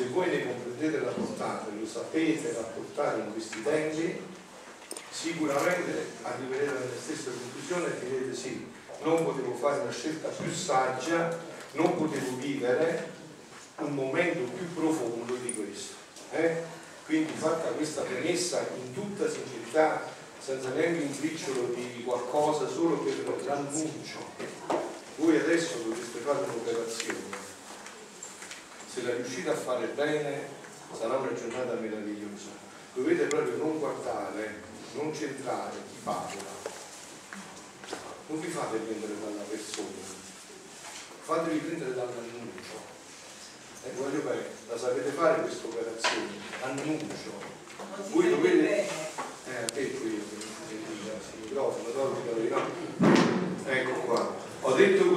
voi ne comprendete la portata e lo sapete rapportare in questi tempi, sicuramente arriverete alla stessa conclusione e direte sì, non potevo fare una scelta più saggia, non potevo vivere un momento più profondo di questo. Quindi, fatta questa premessa in tutta sincerità, senza neanche un briciolo di qualcosa, solo per l'annuncio, voi adesso dovreste fare un'operazione. Se la riuscite a fare bene sarà una giornata meravigliosa. Dovete proprio non guardare, non centrare chi parla, non vi fate prendere dalla persona, fatevi prendere dall'annuncio. Voglio bene, la sapete fare questa operazione, annuncio. Voi dovete il microfono, ecco qua. Ho detto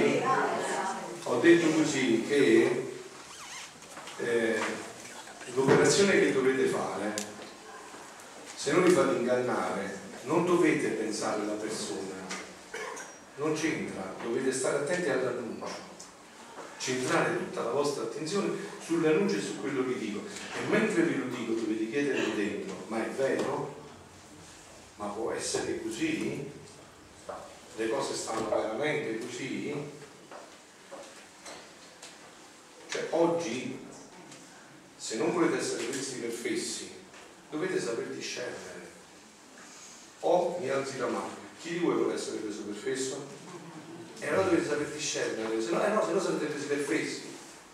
così che l'operazione che dovete fare, se non vi fate ingannare, non dovete pensare alla persona, non c'entra, dovete stare attenti all'annuncio, centrare tutta la vostra attenzione sull'annuncio e su quello che dico, e mentre ve lo dico dovete chiedervi dentro: ma è vero? Ma può essere così? Le cose stanno veramente così? Cioè oggi, se non volete essere presi per fessi, dovete saper discernere. O mi alzi la mano, chi di voi vuole essere preso per fesso? E allora dovete saper discernere, se no sarete presi per fessi.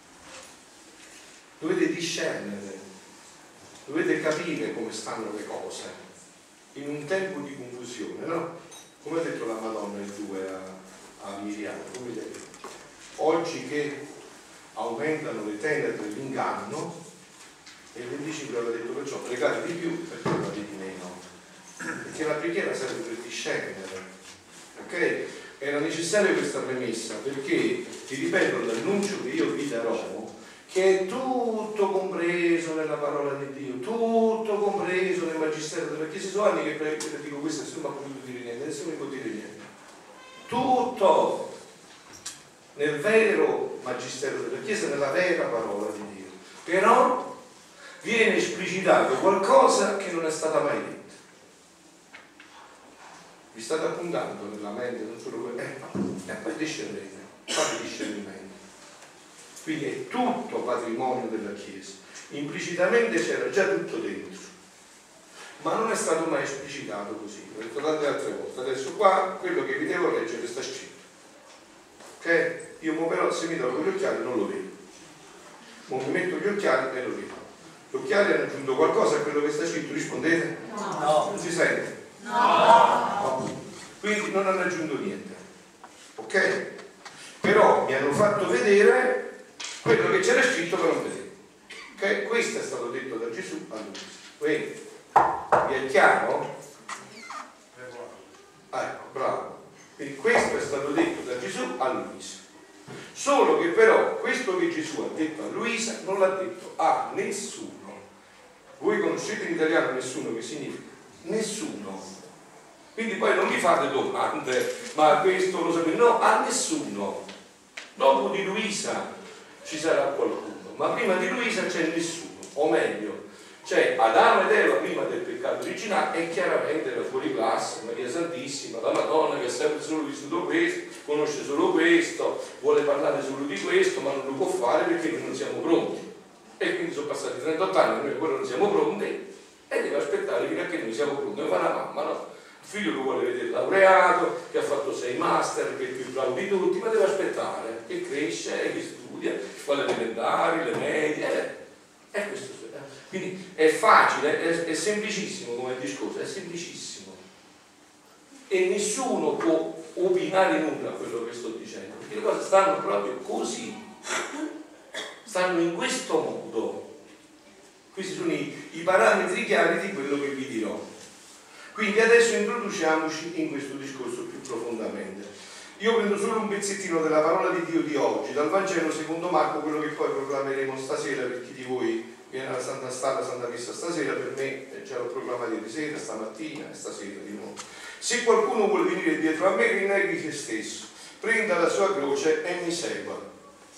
Dovete discernere, dovete capire come stanno le cose in un tempo di confusione, no? Come ha detto la Madonna il 2 a Miriam, come detto, oggi che aumentano le tenebre e l'inganno, e il 25 aveva detto: perciò pregate di più perché pregate di meno, perché la preghiera serve per discernere, ok? Era necessaria questa premessa, perché ti ripeto l'annuncio che io vi darò, che è tutto compreso nella parola di Dio, tutto compreso nel magistero della Chiesa. Sono anni che dico questo, nessuno mi ha potuto dire niente, nessuno mi può dire niente, tutto nel vero magistero della Chiesa, nella vera parola di Dio, però viene esplicitato qualcosa che non è stata mai detta. Vi state appuntando nella mente non solo quello, poi discernete, fate discernimento. Quindi è tutto patrimonio della Chiesa, implicitamente c'era già tutto dentro, ma non è stato mai esplicitato così. L'ho detto tante altre volte. Adesso qua quello che vi devo leggere sta scritto, ok? Io però se mi tolgo gli occhiali non lo vedo, mo mi metto gli occhiali e lo vedo. Gli occhiali hanno aggiunto qualcosa a quello che sta scritto? Rispondete? No. Non si sente? No. Quindi non hanno aggiunto niente, ok? Però mi hanno fatto vedere quello che c'era scritto che non vedevo, ok? Questo è stato detto da Gesù a Luisa. Quindi vi è chiaro? Ecco, bravo. Quindi questo è stato detto da Gesù a Luisa, solo che però questo che Gesù ha detto a Luisa non l'ha detto a nessuno. Voi conoscete in italiano nessuno che significa? Nessuno. Quindi poi non mi fate domande, ma questo lo sapete? No, a nessuno. Dopo di Luisa ci sarà qualcuno, ma prima di Luisa c'è nessuno, o meglio, c'è Adamo ed Eva prima del peccato originale, e chiaramente la fuori classe, Maria Santissima, la Madonna, che ha sempre solo vissuto questo, conosce solo questo, vuole parlare solo di questo, ma non lo può fare perché noi non siamo pronti. E quindi sono passati 38 anni, noi ancora non siamo pronti, e deve aspettare fino a che noi siamo pronti. Come fa la mamma, no? Il figlio lo vuole vedere laureato, che ha fatto 6 master, che è il più bravo di tutti, ma deve aspettare che cresce, che studia, fa le elementari, le medie, è questo. Quindi è facile, è semplicissimo come discorso, è semplicissimo, e nessuno può opinare nulla a quello che sto dicendo, perché le cose stanno proprio così, stanno in questo modo. Questi sono i parametri chiari di quello che vi dirò. Quindi adesso introduciamoci in questo discorso più profondamente. Io prendo solo un pezzettino della parola di Dio di oggi, dal Vangelo secondo Marco, quello che poi proclameremo stasera per chi di voi viene alla Santa Stalla, Santa Messa stasera. Per me già l'ho proclamato ieri sera, stamattina e stasera di nuovo. Se qualcuno vuole venire dietro a me, rinneghi se stesso, prenda la sua croce e mi segua.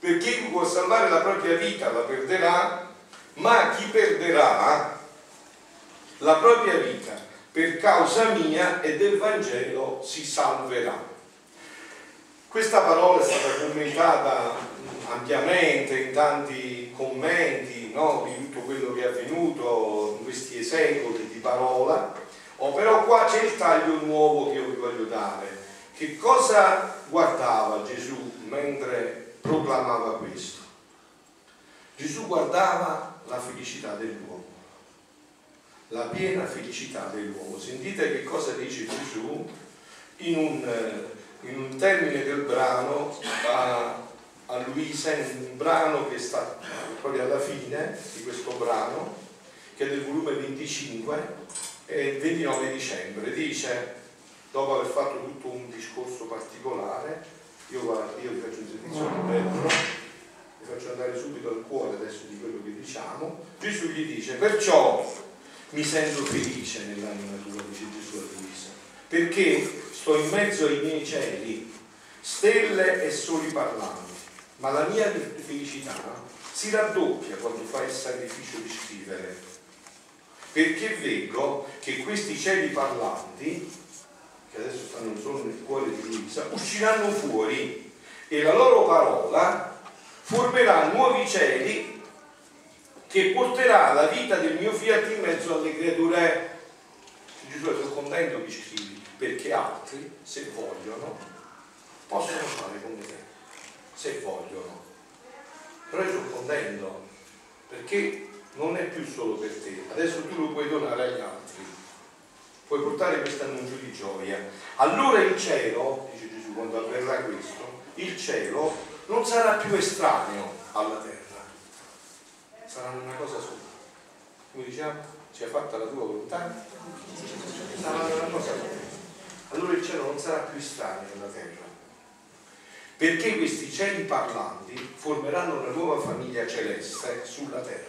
perché chi può salvare la propria vita la perderà, ma chi perderà la propria vita per causa mia e del Vangelo si salverà. Questa parola è stata commentata ampiamente in tanti commenti, no, di tutto quello che è avvenuto in questi secoli di parola. Però qua c'è il taglio nuovo che io vi voglio dare. Che cosa guardava Gesù mentre proclamava questo? Gesù guardava la felicità dell'uomo, la piena felicità dell'uomo. Sentite che cosa dice Gesù in un termine del brano a Luisa, in un brano che sta proprio alla fine di questo brano, che è del volume 25, il 29 dicembre. Dice, dopo aver fatto tutto un discorso particolare, io vi faccio un servizio bello, vi faccio andare subito al cuore adesso di quello che diciamo. Gesù gli dice: perciò mi sento felice nell'anima tua, dice Gesù a Luisa, perché sto in mezzo ai miei cieli, stelle e soli parlanti, ma la mia felicità si raddoppia quando fai il sacrificio di scrivere, perché vedo che questi cieli parlanti, che adesso stanno solo nel cuore di Luisa, usciranno fuori e la loro parola formerà nuovi cieli che porterà la vita del mio fiat in mezzo alle creature. Gesù è contento che scrivi, perché altri, se vogliono, possono fare come te, se vogliono. Però io sono contento perché non è più solo per te, adesso tu lo puoi donare agli altri, puoi portare questo annuncio di gioia. Allora il cielo, dice Gesù, quando avverrà questo, il cielo non sarà più estraneo alla terra, sarà una cosa sola. Come diciamo, sia fatta la tua volontà, sarà una cosa sola. Allora il cielo non sarà più estraneo alla terra, perché questi cieli parlanti formeranno una nuova famiglia celeste sulla terra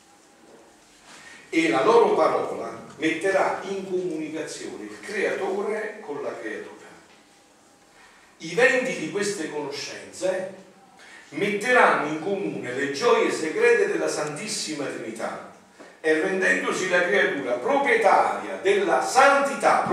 e la loro parola metterà in comunicazione il creatore con la creatura. I venti di queste conoscenze metteranno in comune le gioie segrete della Santissima Trinità e rendendosi la creatura proprietaria della santità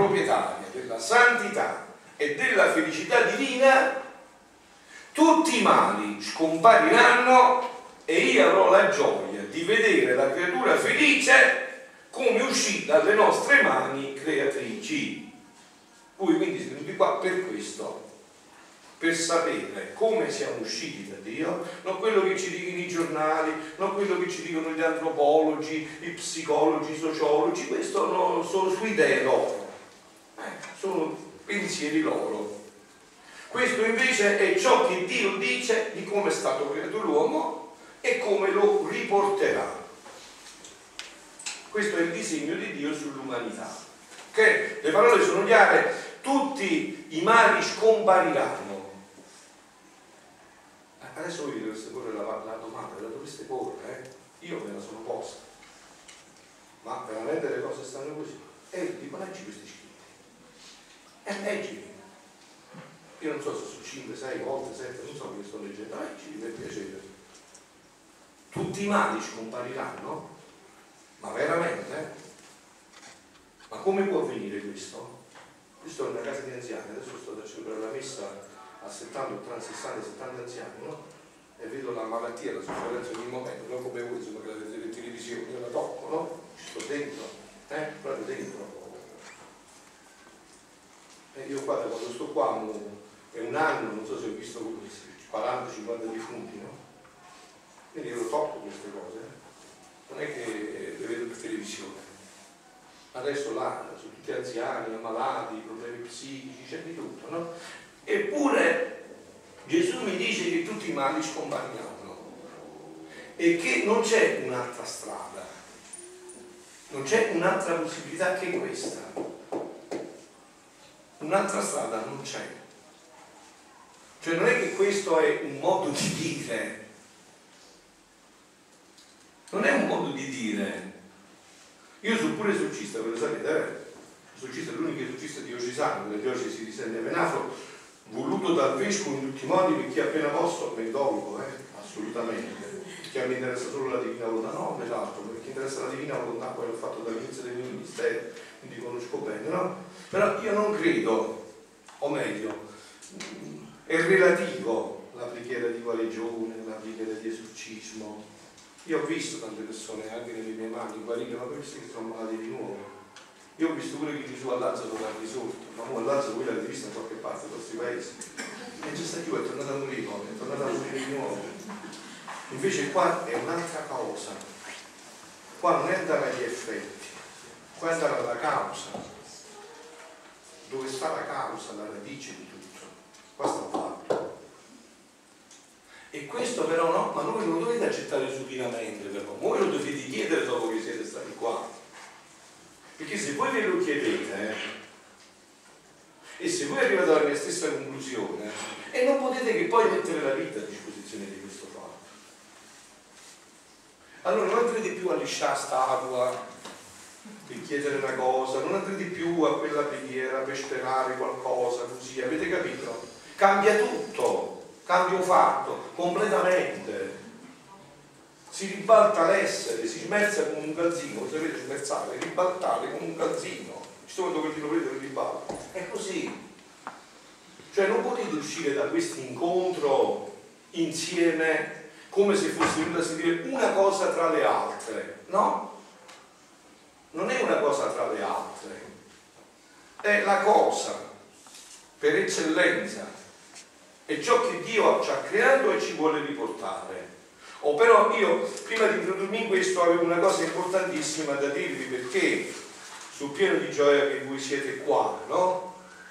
e della felicità divina, tutti i mali scompariranno e io avrò la gioia di vedere la creatura felice come uscì dalle nostre mani creatrici. Voi quindi siete venuti qua per questo, per sapere come siamo usciti da Dio, non quello che ci dicono i giornali, non quello che ci dicono gli antropologi, i psicologi, i sociologi. Questo sono su idee loro, sono pensieri loro. Questo invece è ciò che Dio dice di come è stato creato l'uomo e come lo riporterà. Questo è il disegno di Dio sull'umanità. Okay? Le parole sono chiare, tutti i mali scompariranno. Adesso voi dovreste porre la domanda, la dovreste porre, io me la sono posta. Ma veramente le cose stanno così? E dico, leggi questi scritti. Leggili. Io non so se su 5, 6 volte, 7, non so che sto leggendo, leggili per piacere. Tutti i mali scompariranno? Ma veramente? Ma come può avvenire questo? Questo è una casa di anziani, adesso sto a celebrare la messa a 70, tra 60 e 70 anziani, no? E vedo la malattia, la sofferenza ogni momento, non come voi, insomma, che la vedete in televisione, io la tocco, no? Ci sto dentro, proprio dentro. E io qua, da quando sto qua, è un anno, non so se ho visto 40-50 defunti, no? Quindi io lo tocco queste cose, non è che le vedo per televisione. Adesso là sono tutti anziani, ammalati, problemi psichici, c'è di tutto, no? Eppure Gesù mi dice che tutti i mali scompariranno e che non c'è un'altra strada, non c'è un'altra possibilità che questa. Un'altra strada non c'è. Cioè non è che questo è un modo di dire, non è un modo di dire. Io sono pure esorcista, ve lo sapete, esorcista è l'unico esorcista diocesano della diocesi di San Venafro, voluto dal vescovo in tutti i modi, per chi appena posto, metodico, assolutamente. Perché a me interessa solo la divina volontà, no, esatto, perché interessa la divina volontà, poi l'ho fatto dall'inizio del mio ministero, quindi conosco bene, no? Però io non credo, o meglio, è relativo la preghiera di guarigione, la preghiera di esorcismo. Io ho visto tante persone anche nelle mie mani guarire, ma questi che sono malati di nuovo. Io ho visto pure che Gesù a Lazzaro l'ha risolto, ma a Lazzaro voi l'avete visto da qualche parte dei nostri paesi. E c'è stato più, è tornato a morire, è tornato a morire di nuovo. Invece qua è un'altra cosa. Qua non è andare agli effetti, qua è andare alla causa. Dove sta la causa, la radice di tutto. Qua sta il fatto. E questo però no, ma voi non lo dovete accettare supinamente, però. Voi lo dovete chiedere dopo che siete stati qua. Perché se voi ve lo chiedete e se voi arrivate alla mia stessa conclusione e non potete che poi mettere la vita a disposizione di questo fatto, allora non andrete più a lisciare statua per chiedere una cosa, non andrete più a quella preghiera per sperare qualcosa, così, avete capito? Cambia tutto, cambia un fatto completamente. Si ribalta l'essere, si smerza come un calzino, sapete smerzare, ribaltare come un calzino. Ci quando quelli lo vedete ribalta. È così. Cioè non potete uscire da questo incontro insieme come se fosse venuto a sentire una cosa tra le altre, no? Non è una cosa tra le altre, è la cosa per eccellenza, è ciò che Dio ci ha creato e ci vuole riportare. Però io prima di introdurmi in questo avevo una cosa importantissima da dirvi, perché sono pieno di gioia che voi siete qua, no?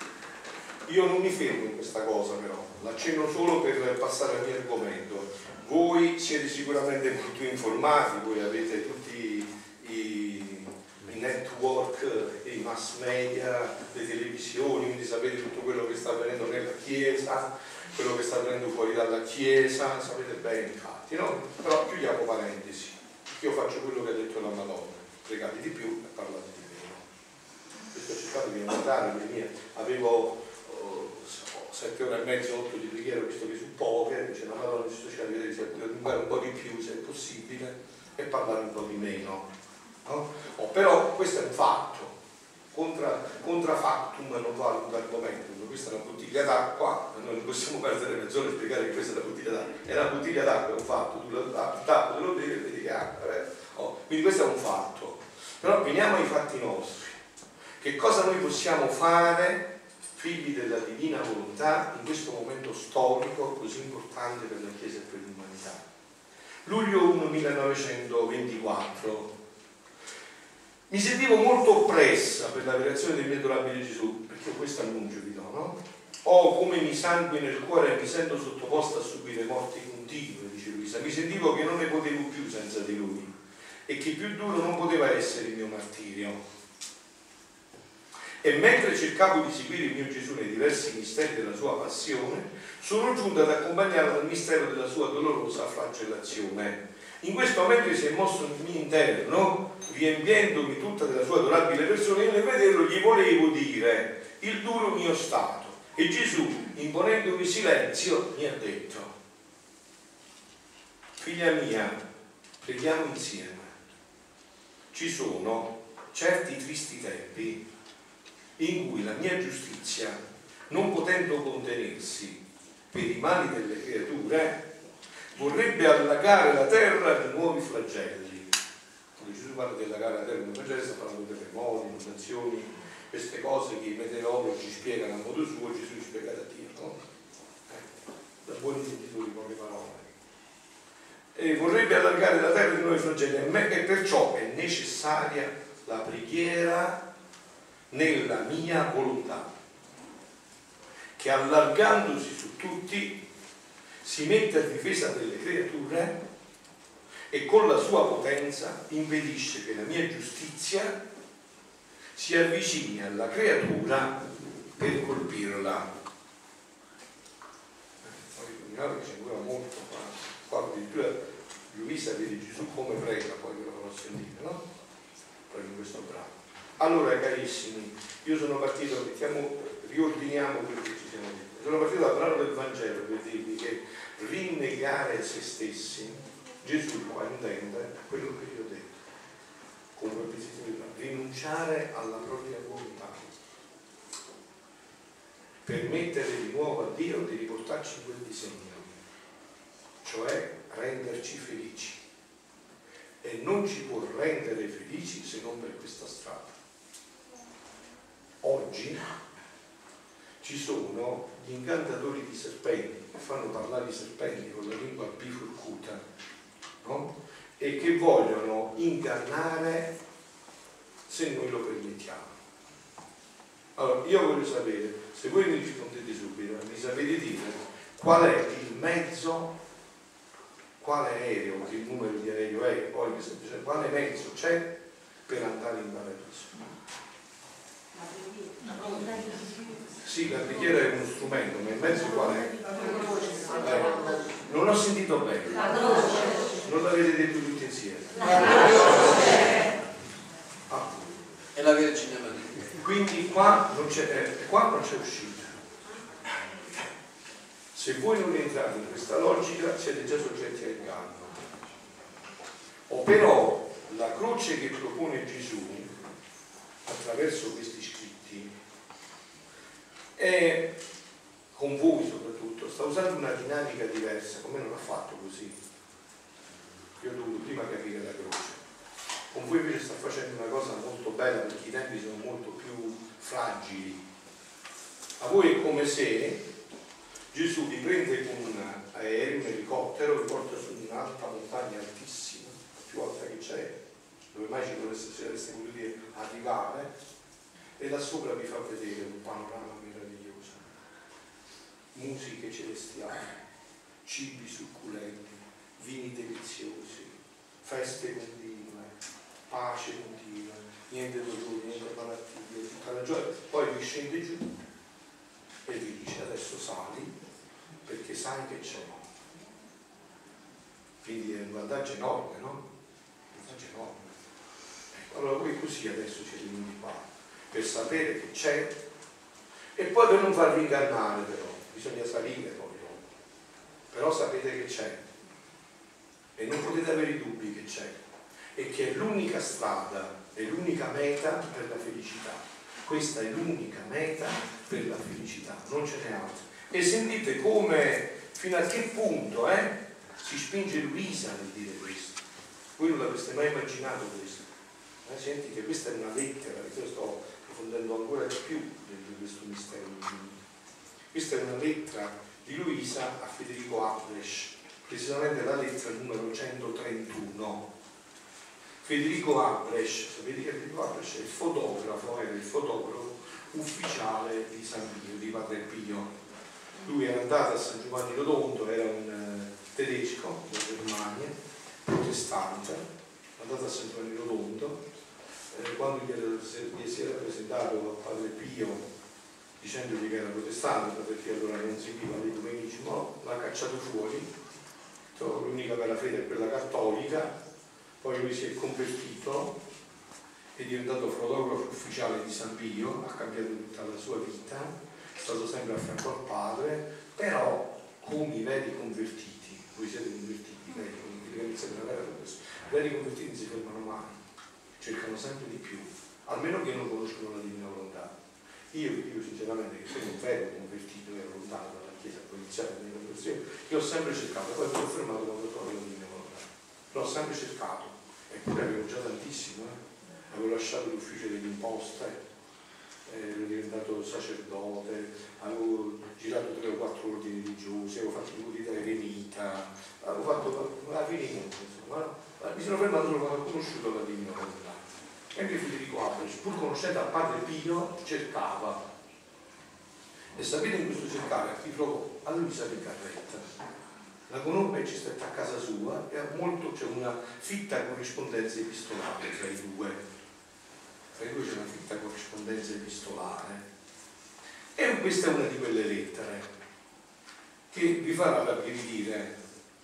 Io non mi fermo in questa cosa, però l'accenno solo per passare al mio argomento. Voi siete sicuramente molto informati, voi avete tutti i network, i mass media, le televisioni, quindi sapete tutto quello che sta avvenendo nella Chiesa, quello che sta avvenendo fuori dalla Chiesa, sapete bene infatti, no? Però chiudiamo parentesi, io faccio quello che ha detto la Madonna, pregate di più e parlate di meno. Questo ho cercato di aumentare le mie, avevo 7 ore e mezzo, 8 di preghiera, visto che su poche, dice la Madonna, sto cercando di vedere se potete allungare un po' di più se è possibile e parlare un po' di meno, no? Però questo è un fatto, contra factum non vale un argomento, questa è una bottiglia d'acqua, noi non possiamo perdere mezz'ora a spiegare che questa è una bottiglia d'acqua, è una bottiglia d'acqua, è un fatto, tu la tappi, te lo bevi e vedi che acqua, quindi questo è un fatto. Però veniamo ai fatti nostri, che cosa noi possiamo fare figli della divina volontà in questo momento storico così importante per la Chiesa e per l'umanità. Luglio 1 1924. Mi sentivo molto oppressa per la relazione del mio adorabile Gesù, perché io questo annuncio vi do, no? Oh, come mi sangue nel cuore e mi sento sottoposta a subire morti continue, dice Luisa. Mi sentivo che non ne potevo più senza di lui e che più duro non poteva essere il mio martirio. E mentre cercavo di seguire il mio Gesù nei diversi misteri della sua passione, sono giunto ad accompagnarlo al mistero della sua dolorosa flagellazione. In questo momento si è mosso nel mio interno, riempiendomi tutta della sua adorabile persona, e nel vederlo gli volevo dire il duro mio stato. E Gesù, imponendomi silenzio, mi ha detto: figlia mia, preghiamo insieme. Ci sono certi tristi tempi in cui la mia giustizia, non potendo contenersi per i mali delle creature, vorrebbe allagare la terra di nuovi flagelli. Quando Gesù parla di allagare la terra di nuovi flagelli, sta parlando di terremoti, inondazioni, queste cose che i meteorologi spiegano a modo suo, Gesù spiega da Dio, no? Da buoni intenditori, poche parole. E vorrebbe allargare la terra di nuovi flagelli, e perciò è necessaria la preghiera nella mia volontà, che allargandosi su tutti si mette a difesa delle creature e con la sua potenza impedisce che la mia giustizia si avvicini alla creatura per colpirla. Immaginate che ci voleva molto qua addirittura Luisa vede Gesù come prega, poi ve lo farò sentire, no? Proprio in questo brano. Allora carissimi, io sono partito, riordiniamo quello che ci siamo detti. sono partito dal brano del Vangelo per dirvi che rinnegare se stessi, Gesù qua intende quello che io ho detto, come rinunciare alla propria volontà, permettere di nuovo a Dio di riportarci in quel disegno, cioè renderci felici, e non ci può rendere felici se non per questa strada. Oggi ci sono gli incantatori di serpenti che fanno parlare i serpenti con la lingua bifurcuta, no? E che vogliono ingannare se noi lo permettiamo. Allora, io voglio sapere, se voi mi rispondete subito, mi sapete dire qual è il mezzo, quale aereo, che il numero di aereo è, poi quale mezzo c'è per andare in paradiso? Sì, la preghiera è uno strumento, ma il mezzo qual è? Non ho sentito bene. Non l'avete detto tutti insieme. È la Vergine Maria. Quindi qua non c'è uscita. Se voi non entrate in questa logica siete già soggetti al inganno. O però la croce che propone Gesù attraverso questi scritti è, con voi soprattutto, sta usando una dinamica diversa. Come non ha fatto così? Io ho dovuto prima capire la croce. Con voi invece sta facendo una cosa molto bella, perché i tempi sono molto più fragili. A voi è come se Gesù vi prende con un aereo, un elicottero, vi porta su un'alta montagna altissima, più alta che c'è, dove mai ci dovreste voluto arrivare, e là sopra vi fa vedere un panorama meraviglioso, musiche celestiali, cibi succulenti, vini deliziosi, feste continue, pace continua, niente dolore, niente malattie, tutta la gioia. Poi vi scende giù e vi dice: adesso sali perché sai che c'è. Quindi è un vantaggio enorme, no? Un vantaggio enorme. Allora voi così adesso siete venuti qua, per sapere che c'è, e poi per non farvi ingannare, però bisogna salire poi dopo. Però sapete che c'è e non potete avere i dubbi che c'è, e che è l'unica strada, è l'unica meta per la felicità. Questa è l'unica meta per la felicità, non ce n'è altro. E sentite come, fino a che punto si spinge Luisa nel dire questo. Voi non l'avreste mai immaginato questo. Sentite, questa è una lettera, io sto approfondendo ancora di più di questo mistero. Questa è una lettera di Luisa a Federico Abresch, precisamente la lettera numero 131. Federico Abresch, sapete che Federico Abresch è il fotografo, era il fotografo ufficiale di San Pio, di Padre Pio. Lui era andato a San Giovanni Rotondo, era un tedesco della Germania, protestante, è andato a San Giovanni Rotondo, quando gli si era presentato a Padre Pio dicendogli che era protestante, Padre Pio allora non seguiva l'ecumenismo, l'ha cacciato fuori, l'unica vera fede è quella cattolica. Poi lui si è convertito, è diventato fotografo ufficiale di San Pio, ha cambiato tutta la sua vita, è stato sempre a fianco al padre, però come i veri convertiti, voi siete convertiti, i veri convertiti non si fermano mai, cercano sempre di più, almeno che non conoscono la divina volontà. Io sinceramente, che sono un vero convertito, ero lontano dalla Chiesa, poi iniziato la mia conversione, io ho sempre cercato, poi mi sono fermato quando trovo la divina volontà, l'ho sempre cercato. Eppure avevo già tantissimo, avevo lasciato l'ufficio delle imposte, ero diventato sacerdote, avevo girato 3 o 4 ordini religiosi, avevo fatto i culti da eremita, avevo fatto la fine insomma, mi sono fermato solo quando ho conosciuto la divina volontà. E anche Federico Abresch, pur conoscendo al Padre Pio, cercava. E sapete in questo cercare a chi trovò? A Luisa Piccarretta. La conobbe e ci stette a casa sua e c'è una fitta corrispondenza epistolare tra i due. Tra i due c'è una fitta corrispondenza epistolare. E questa è una di quelle lettere che vi farà rabbrividire.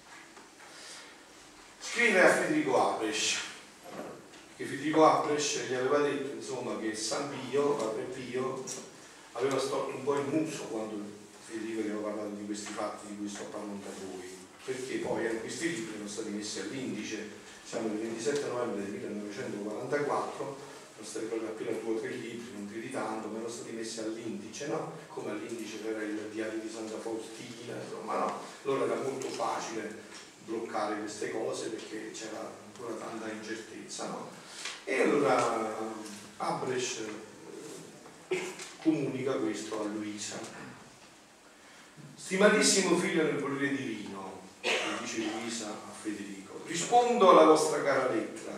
Scrive a Federico Abresch, che Federico Abresch gli aveva detto insomma che San Pio, Padre Pio, aveva storto un po' il muso quando Federico che aveva parlato di questi fatti di cui sto parlando a voi, perché poi questi libri sono stati messi all'indice. Siamo il 27 novembre del 1944, sono stati proprio appena 2 o 3 libri, non più di tanto, ma sono stati messi all'indice, no? Come all'indice per il diario di Santa Faustina, insomma, no? Allora era molto facile bloccare queste cose perché c'era ancora tanta incertezza, no? E allora Abresch comunica questo a Luisa. Stimatissimo figlio nel volere divino, dice Luisa a Federico, rispondo alla vostra cara lettera.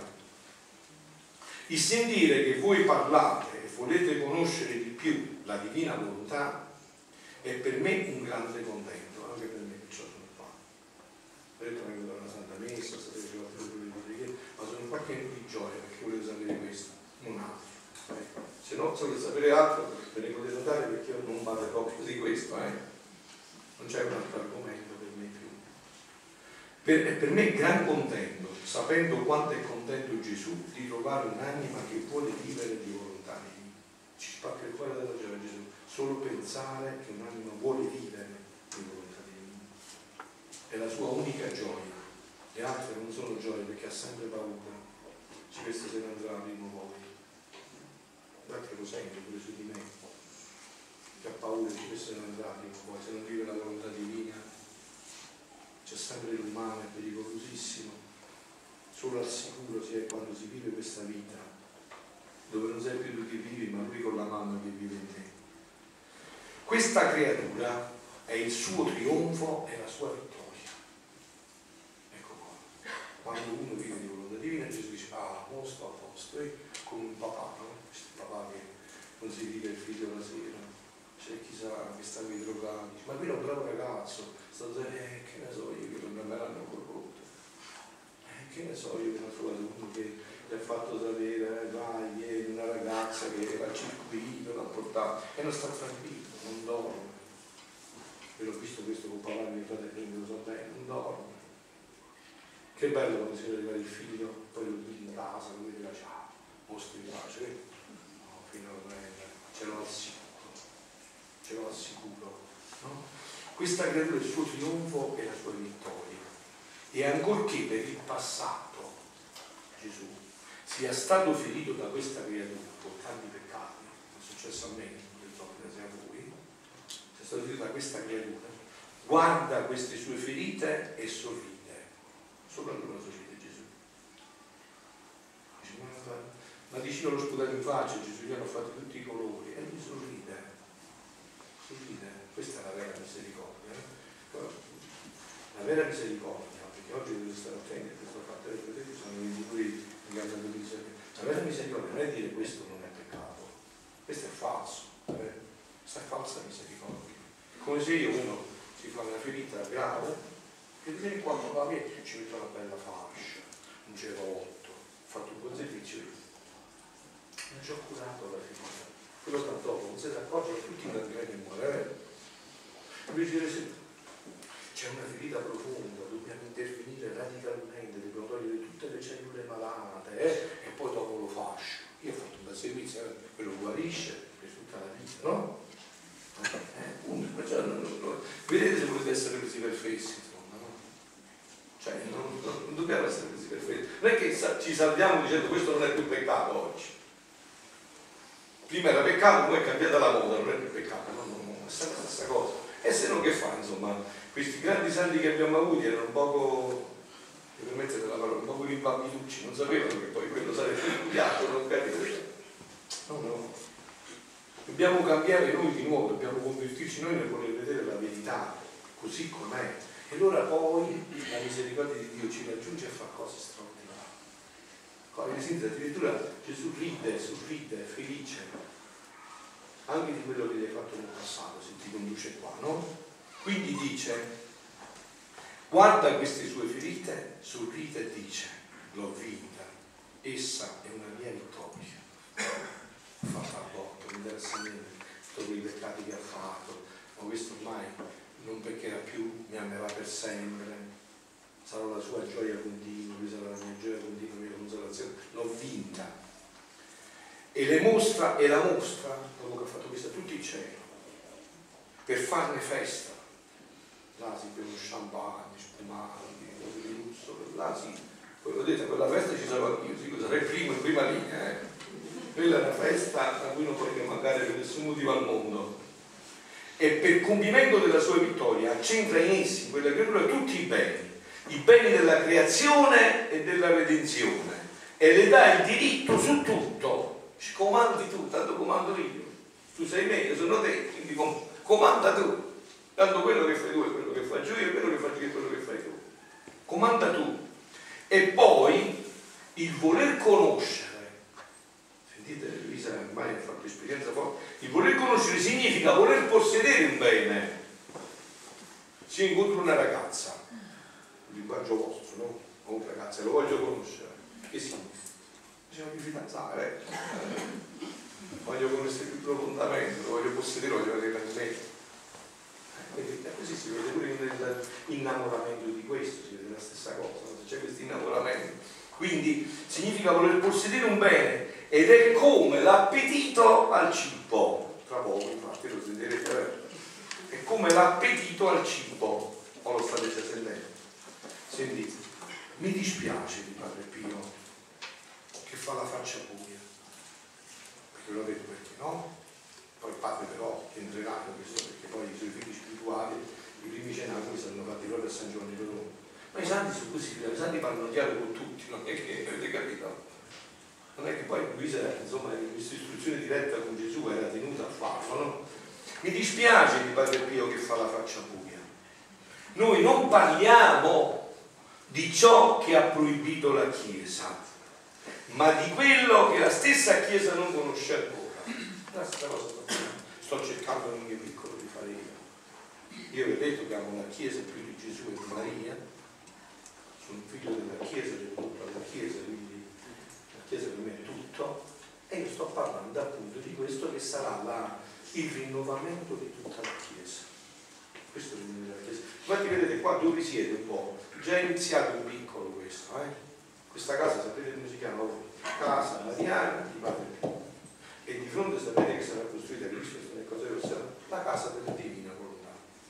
Il sentire che voi parlate e volete conoscere di più la divina volontà è per me un grande contento, anche per me che sono qua. Ho detto vengo da una santa messa, ma sono qua pieno di gioia perché volevo sapere questo, non altro. Se no, se volete sapere altro, ve ne potete notare perché io non parlo proprio di questo, non c'è un altro argomento per me più. Per me è gran contento, sapendo quanto è contento Gesù di trovare un'anima che vuole vivere di volontà divina. Ci spacca il cuore dalla gioia Gesù, solo pensare che un'anima vuole vivere di volontà divina. È la sua unica gioia. Le altre non sono gioie perché ha sempre paura. Ci questa se ne andrà prima o poi. Guardate lo sento pure su di me. Che ha paura di questo se ne andrà prima o poi. Se non vive la volontà divina, c'è sempre l'umano, è pericolosissimo. Solo al sicuro si è quando si vive questa vita, dove non sei più tu che vivi, ma lui con la mano che vive in te. Questa creatura è il suo trionfo e la sua vittoria. Ecco qua. Quando uno vive di volontà divina, Gesù dice, mo sto a posto, come un papà, no? Questo papà che non si vive il figlio la sera, c'è chissà che sta con i drogati, ma qui è un bravo ragazzo, sta dicendo, che ne so io che non me l'hanno corrotto, che ne so io che non ho trovato uno che gli ha fatto sapere, vai, vieni, una ragazza che era al circuito, l'ha portato, e non sta tranquillo, non dorme. Io l'ho visto questo con papà e mio fratello, lo so bene, non dorme. Che bello quando si vede arrivare il figlio, poi lo vedi in casa, lo vedi là, ciao, mostri di pace, no, fino a ce l'ho al sicuro, no? Questa creatura è il suo trionfo e la sua vittoria. E ancorché per il passato Gesù sia stato ferito da questa creatura con tanti peccati, è successo a me, non so se a voi, sia stato ferito da questa creatura, guarda queste sue ferite e sorride. Solo allora sorride Gesù. Dice, ma vicino allo sputare in faccia, Gesù gli hanno fatto tutti i colori e lui sorride. Questa è la vera misericordia. La vera misericordia, perché oggi dovete stare attenti a questo fatto, vedete, sono venuti pure in casa di misericordia. La vera misericordia non è dire questo non è peccato, questo è falso, questa è falsa misericordia. Come se uno si fa una ferita grave e di lì quando va via ci mette una bella fascia, un cerotto, ho fatto un buon servizio, non ci ho curato la ferita. Quello sta dopo, non siete accorti che tutti non che muore, vero? Invece c'è una ferita profonda, dobbiamo intervenire radicalmente, dobbiamo togliere tutte le cellule malate e poi dopo lo fascio. Io ho fatto un bel servizio, quello guarisce per tutta la vita, no? Vedete se volete essere così perfetti, insomma, no? Cioè non dobbiamo essere così perfetti. Non è che ci salviamo dicendo questo non è più peccato oggi. Prima era peccato, poi è cambiata la moda, non è più peccato, no, è sempre la stessa cosa. E se no che fa, insomma, questi grandi santi che abbiamo avuti erano un poco, mi permettete la parola, un poco di bambinucci, non sapevano che poi quello sarebbe studiato, non capite? No. Dobbiamo cambiare noi di nuovo, dobbiamo convertirci noi nel voler vedere la verità così com'è. E allora poi la misericordia di Dio ci raggiunge e fa cose straordinarie. Addirittura Gesù sorride, è felice anche di quello che gli hai fatto nel passato, se ti conduce qua, no? Quindi dice, guarda queste sue ferite, sorride e dice, l'ho vinta, essa è una mia vittoria. Ha fatto a botto, non interessa niente, dopo i peccati che ha fatto, ma questo ormai non peccherà più, mi amerà per sempre, sarà la sua gioia continua, lui sarà la mia gioia continua, la mia consolazione, l'ho vinta. E la mostra, dopo che ha fatto questo a tutto il cielo. per farne festa. Là si bevono champagne, spumanti, cose di lusso, là sì. Poi vedete, quella festa ci sarò anch'io, sì, sarei il primo in prima linea, Quella è una festa a cui non potete mancare per nessun motivo al mondo. E per compimento della sua vittoria accentra in essi, in quella creatura, tutti i beni della creazione e della redenzione, e le dà il diritto su tutto. Ci comandi tu, tanto comando io. Tu sei me, io sono te, quindi comanda tu. Tanto quello che fai tu è quello che faccio io, e quello che faccio io è quello che fai tu. Comanda tu. E poi il voler conoscere, sentite, Luisa ormai ha fatto esperienza forte, il voler conoscere significa voler possedere un bene. Si incontra una ragazza, il linguaggio vostro, no? O un ragazzo, lo voglio conoscere. Che significa? Diciamo di fidanzare, voglio conoscere più profondamente, lo voglio possedere, voglio avere per me. Quindi così si vede pure nell'innamoramento di questo, si vede la stessa cosa, no? C'è questo innamoramento. Quindi significa voler possedere un bene, ed è come l'appetito al cibo. Tra poco infatti lo sentirete, è come l'appetito al cibo. O lo state già sentendo? Sentite, mi dispiace di Padre Pio che fa la faccia buia, perché lo vedo, perché no? Poi il padre però entrerà in questo, perché poi i suoi figli spirituali, i primi cenacoli, saranno fatti proprio a San Giovanni Rotondo. Ma i santi sono così, i santi parlano chiaro con tutti, non è che avete capito? Non è che poi Luisa, insomma, questa istruzione diretta con Gesù era tenuta a farlo, no? Mi dispiace di Padre Pio che fa la faccia buia. Noi non parliamo di ciò che ha proibito la Chiesa, ma di quello che la stessa Chiesa non conosce ancora. La stessa cosa sto cercando nel mio piccolo di fare io. Io vi ho detto che amo la Chiesa più di Gesù e di Maria, sono un figlio della Chiesa, del culto alla Chiesa, quindi la Chiesa per me è tutto, e io sto parlando appunto di questo che sarà il rinnovamento di tutta la Chiesa. Questo è il rinnovamento della Chiesa. Infatti vedete qua dove siete un po', già è iniziato in piccolo questo, Questa casa sapete come si chiama? Casa Mariana di Padre Pio. E di fronte sapete che sarà costruita, la casa della divina volontà,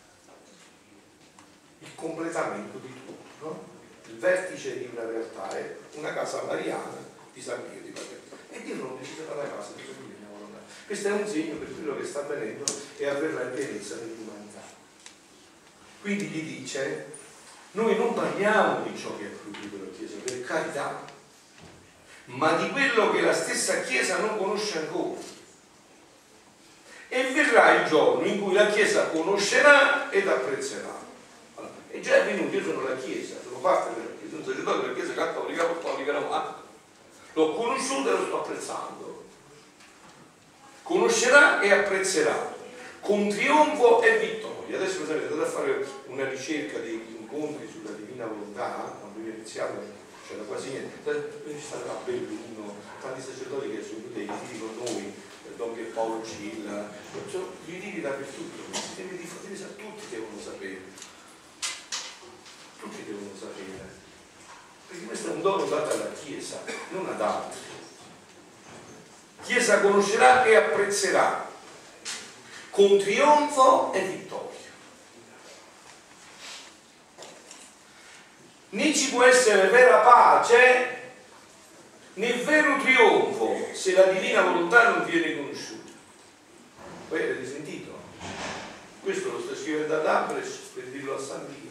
il completamento di tutto, no? Il vertice di una realtà è una casa mariana di San Pio di Padre Pio, e di fronte ci sarà la casa della divina volontà. Questo è un segno per quello che sta avvenendo e avverrà in pienezza nell'umanità. Quindi gli dice: noi non parliamo di ciò che ha proibito la Chiesa, per carità, ma di quello che la stessa Chiesa non conosce ancora. E verrà il giorno in cui la Chiesa conoscerà ed apprezzerà. Allora, è già avvenuto, io sono la Chiesa, sono parte della Chiesa, sono sacerdote della Chiesa cattolica, apostolica romana. L'ho conosciuto e lo sto apprezzando. Conoscerà e apprezzerà, con trionfo e vittoria. Adesso sapete, andate a fare una ricerca di incontri sulla divina volontà, quando io ho iniziato c'era quasi niente, ci stava Belluno, tanti sacerdoti che sono venuti ai ritiri con noi, Don Pierpaolo Cilla, sono ritiri dappertutto, tutti devono sapere, perché questo è un dono dato alla Chiesa, non ad altri. Chiesa conoscerà e apprezzerà, con trionfo e vittoria. Né ci può essere vera pace né vero trionfo se la divina volontà non viene conosciuta. Voi avete sentito? Questo lo sta scrivendo ad Ambres per dirlo a San Dio.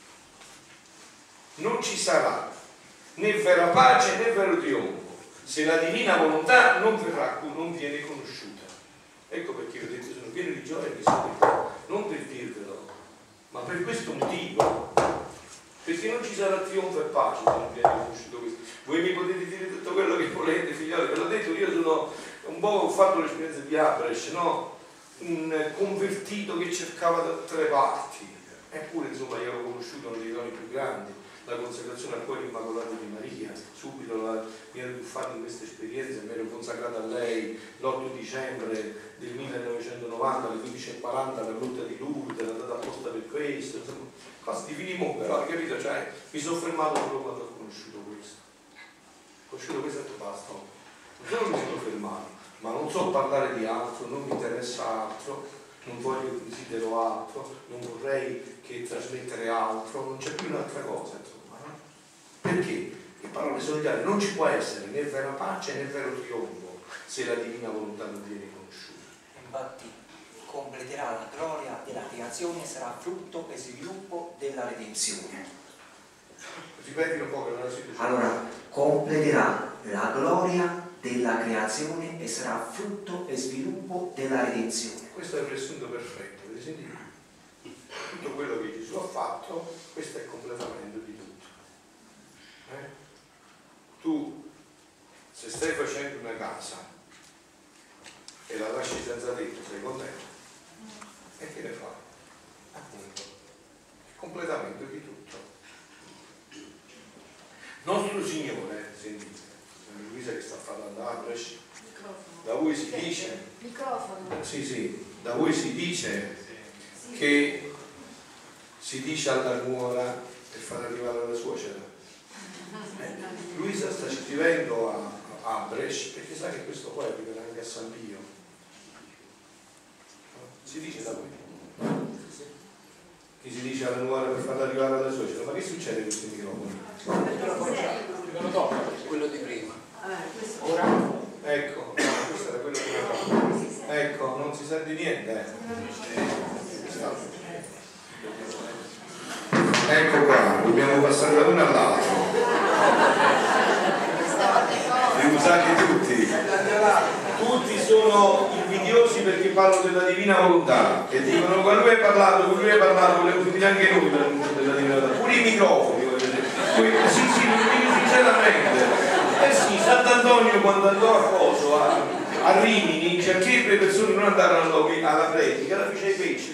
Non ci sarà né vera pace né vero trionfo se la divina volontà non viene conosciuta. Ecco perché vi ho detto, sono pieno di gioia che siete qua, non per dirvelo, ma per questo motivo, perché non ci sarà trionfo e pace se non viene conosciuto questo. Voi mi potete dire tutto quello che volete, figlioli, ve l'ho detto, io sono un po', ho fatto l'esperienza di Abresh, no? Un convertito che cercava da tutte le parti, eppure insomma io l'ho conosciuto nei doni più grandi, la consacrazione al cuore immacolato di Maria, subito mi ero tuffato in questa esperienza, mi ero consacrato a lei l'8 dicembre del 1990 alle 15:40 per l'Utta di Lourdes, era andata apposta per questo, insomma, cose di finimo, però capito? Cioè, mi sono fermato solo quando ho conosciuto questo. Ho conosciuto questo e ho detto basta, non solo mi sono fermato, ma non so parlare di altro, non mi interessa altro, non voglio desidero altro, non vorrei che trasmettere altro, non c'è più un'altra cosa, insomma, no? Perché? Le parole sono chiare, non ci può essere né vera pace né vero trionfo se la divina volontà non viene conosciuta. Infatti completerà la gloria della creazione, sarà frutto e sviluppo della redenzione. Ripetilo un po' che non la sento. Allora, completerà la gloria della creazione e sarà frutto e sviluppo della redenzione. Questo è il riassunto perfetto, avete sentito? Tutto quello che Gesù ha fatto, questo è il completamento di tutto. Tu, se stai facendo una casa e la lasci senza tetto, sei contento? E che ne fai? Appunto, il completamento di tutto. Nostro Signore, sentite, Luisa che sta parlando, da voi si dice, sì, da voi si dice che si dice alla nuora per far arrivare la suocera. Luisa sta scrivendo a Brescia perché sa che questo poi arriverà anche a San Pio. Si dice da voi. Che si dice alla nuora per farla arrivare alla suocera. Ma che succede con questi microfoni? Quello di prima. Ora? Ecco, no, questo era quello di prima. Ecco, non si sente niente. Ecco qua, dobbiamo passare da uno all'altro. Li usate tutti. Tutti sono invidiosi perché parlo della divina volontà e dicono con lui hai parlato, volevo sentire anche noi della divina volontà. Pure i microfoni, sì, lo dico sinceramente. Sì, Sant'Antonio quando andò a Coso, a Rimini, cerché le persone non andarono alla predica, la fece ai pesci.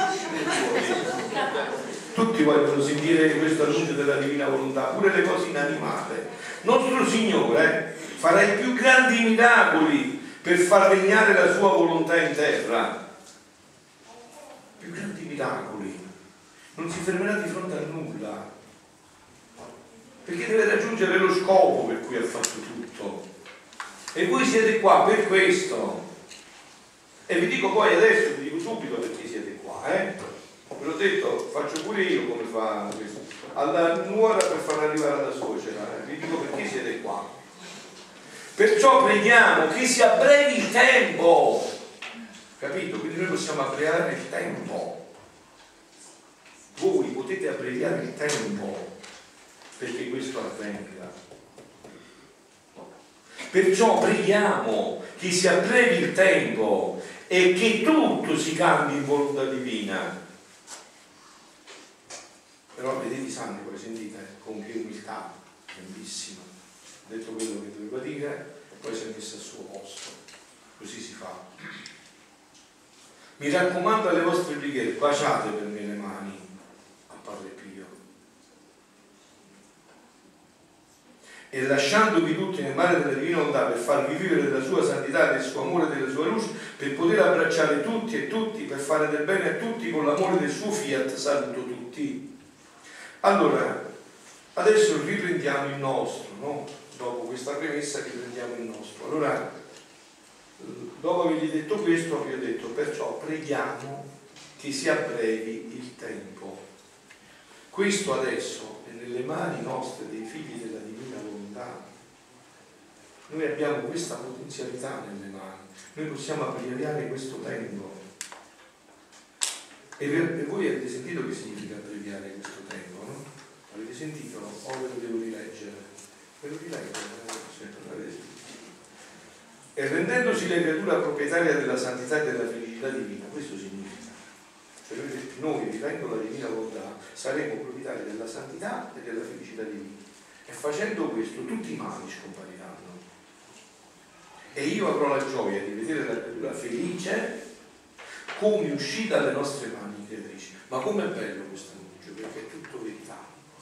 Tutti vogliono sentire questo annuncio della divina volontà, pure le cose inanimate. Nostro Signore farà i più grandi miracoli per far regnare la sua volontà in terra. Più grandi miracoli. Non si fermerà di fronte a nulla. Perché deve raggiungere lo scopo per cui ha fatto tutto. E voi siete qua per questo. E vi dico poi adesso, vi dico subito perché siete qua, Ve l'ho detto, faccio pure io come fa questo. Alla nuora per far arrivare alla suocera, vi dico perché siete qua. Perciò preghiamo che si abbrevi il tempo. Capito? Quindi noi possiamo abbreviare il tempo. Voi potete abbreviare il tempo perché questo avvenga. Perciò preghiamo che si abbrevi il tempo e che tutto si cambi in volontà divina. Però vedete i santi, poi sentite, con che umiltà, grandissima. Ha detto quello che doveva dire e poi si è messo al suo posto. Così si fa. Mi raccomando alle vostre preghiere, baciate per me le mani a Padre Pio. E lasciandovi tutti nel mare della divina volontà per farvi vivere della sua santità, del suo amore e della sua luce, per poter abbracciare tutti e tutti, per fare del bene a tutti con l'amore del suo fiat, saluto tutti. Allora, adesso riprendiamo il nostro, no? Dopo questa premessa riprendiamo il nostro. Allora, dopo avergli detto questo, vi ho detto, perciò preghiamo che si abbrevi il tempo. Questo adesso è nelle mani nostre, dei figli della divina volontà. Noi abbiamo questa potenzialità nelle mani, noi possiamo abbreviare questo tempo. E voi avete sentito che significa abbreviare questo tempo, no? Avete sentito? O ve lo devo rileggere? Ve lo rileggo, e rendendosi la creatura proprietaria della santità e della felicità divina, questo significa. Cioè noi, vivendo la divina volontà, saremo proprietari della santità e della felicità divina. E facendo questo tutti i mali scompariranno. E io avrò la gioia di vedere la creatura felice come uscita dalle nostre mani creatrici. Ma com'è bello questo annuncio, perché è tutto verità.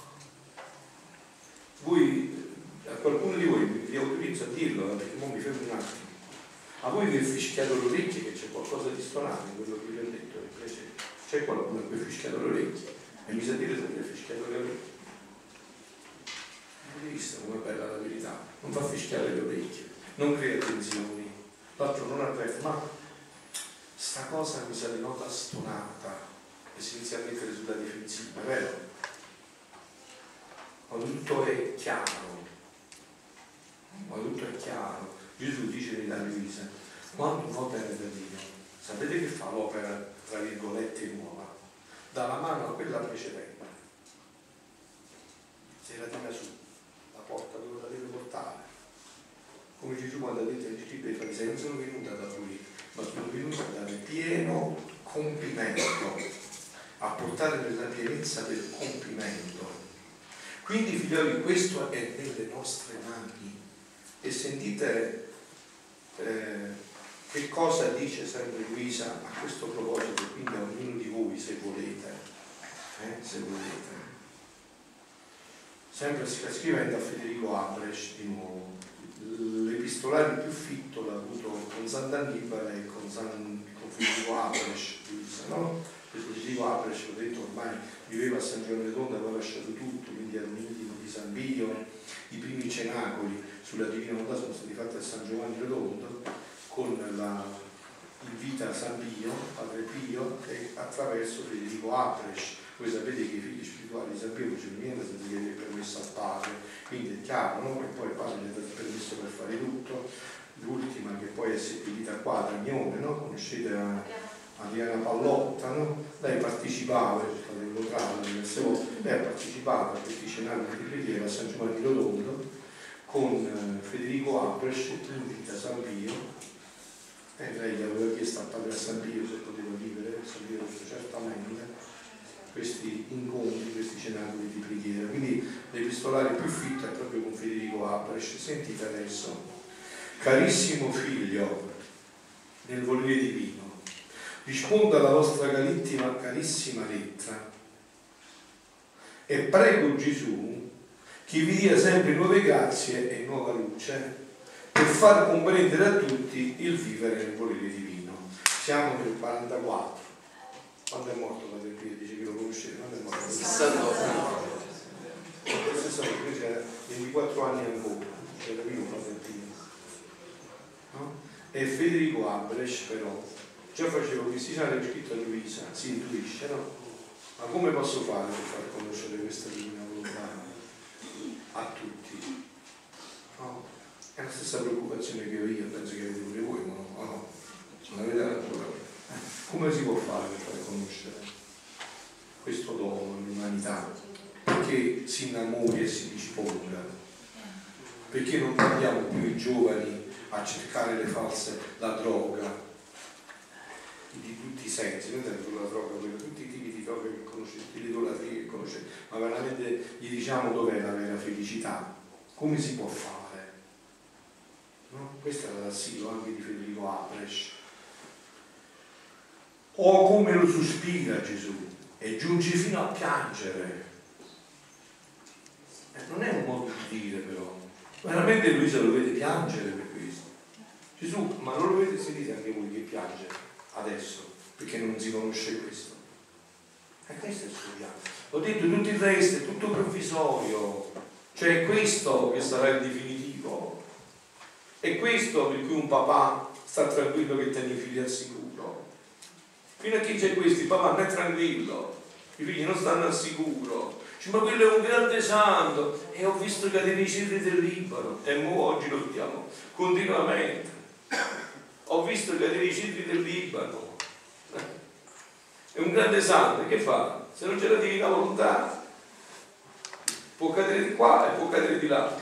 Voi, a qualcuno di voi vi autorizzo a dirlo, perché ora mi fermo un attimo. A voi vi è fischiato l'orecchio che c'è qualcosa di stonato in quello che vi ho detto, invece c'è qualcuno che vi ha fischiato l'orecchio e mi sa dire se vi ha fischiato le orecchie. Avete visto com'è bella la verità? Non fa fischiare le orecchie, non crea tensioni, l'altro non avverte, ma sta cosa mi sa di nota stonata e si inizia a mettere sulla difensiva, vero? Quando tutto è chiaro, Gesù dice nella Luisa, quando un'opera da Dio, sapete che fa l'opera tra virgolette nuova? Dà la mano a quella precedente, se la tira su, la porta dove la deve portare. Come Gesù quando ha detto ai discepoli dei farisei, non sono venuto ad abolire, ma sono venuto a dare pieno compimento, a portare nella pienezza del compimento. Quindi figlioli, questo è nelle nostre mani. E sentite che cosa dice sempre Luisa a questo proposito, quindi a ognuno di voi se volete, sempre scrivendo a Federico Abresch di nuovo. L'epistolare più fitto l'ha avuto con Sant'Annibale e con Federico Abresch, Luisa, no? Federico Abresch, ho detto, ormai viveva a San Giovanni Rotondo, aveva lasciato tutto, quindi era un intimo di San Pio. I primi cenacoli sulla Divina Volontà sono stati fatti a San Giovanni Rotondo con in vita San Pio, Padre Pio, e attraverso Federico Abresch. Voi sapete che i figli spirituali di San Pio non facevano niente senza chiedere permesso al padre, quindi è chiaro, no? E poi il padre gli ha dato il permesso per fare tutto. L'ultima che poi è seppellita qua a Ragnone, no? Conoscete Adriana Pallotta, no? Lei partecipava, è stata incontrata diverse volte, lei ha partecipato a questi scenari di preghiera a San Giovanni Rotondo con Federico Abresch, in vita San Pio. Lei gli aveva chiesto al padre San Pio se poteva vivere, San Pio certamente questi incontri, questi cenacoli di preghiera. Quindi l'epistolare più fitto è proprio con Federico Abresch. Sentite adesso: carissimo figlio, nel volere divino, rispondo alla vostra carissima lettera e prego Gesù che vi dia sempre nuove grazie e nuova luce per far comprendere a tutti il vivere nel volere divino. Siamo nel 44. Quando è morto Padre Pio? Dice che lo conoscete, quando è morto? 69. 24 anni ancora, c'era vivo Padre Pio, no? E Federico Abresch però già faceva questi giorni scritto a Luisa, si intuisce, no? Ma come posso fare per far conoscere questa divina volontà a tutti? No? È la stessa preoccupazione che ho io, penso che avete pure voi, ma no, non avete ancora. Come si può fare per far conoscere questo dono all'umanità? Perché si innamori e si disponga? Perché non mandiamo più i giovani a cercare la droga di tutti i sensi, non è solo la droga, tutti i tipi di droga che conoscete, tutte le idolatrie che conoscete, ma veramente gli diciamo dov'è la vera felicità? Come si può fare? No? Questo era l'assillo anche di Federico Abresch. Oh, come lo sospira Gesù e giunge fino a piangere. Non è un modo di dire, però veramente Luisa lo vede piangere per questo. Gesù, ma non lo vedete, sentite anche voi che piange adesso perché non si conosce questo? E questo è il suo piano. Ho detto, tutto il resto è tutto provvisorio, cioè è questo che sarà il definitivo, è questo per cui un papà sta tranquillo che tiene i figli al sicuro. Fino a che c'è questo, il papà non è tranquillo, i figli non stanno al sicuro. Dice, ma quello è un grande santo, e ho visto cadere i cedri del Libano, e oggi lo vediamo continuamente. Ho visto cadere i cedri del Libano. È un grande santo, che fa? Se non c'è la divina volontà, può cadere di qua e può cadere di là.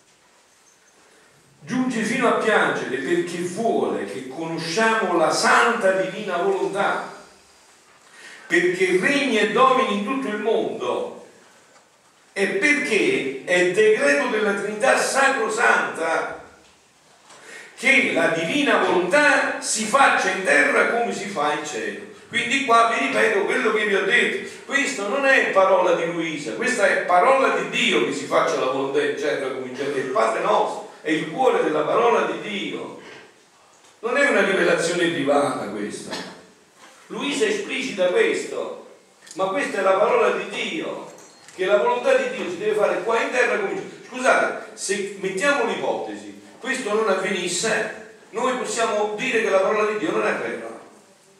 Giunge fino a piangere perché vuole che conosciamo la santa divina volontà, perché regni e domini in tutto il mondo e perché è decreto della Trinità Sacrosanta che la divina volontà si faccia in terra come si fa in cielo. Quindi qua vi ripeto quello che vi ho detto, questo non è parola di Luisa, questa è parola di Dio, che si faccia la volontà in cielo come in cielo, è il Padre nostro. È il cuore della parola di Dio, non è una rivelazione privata questa. Luisa esplicita questo, ma questa è la parola di Dio, che la volontà di Dio si deve fare qua in terra come... Scusate, se mettiamo l'ipotesi questo non avvenisse, noi possiamo dire che la parola di Dio non è vera.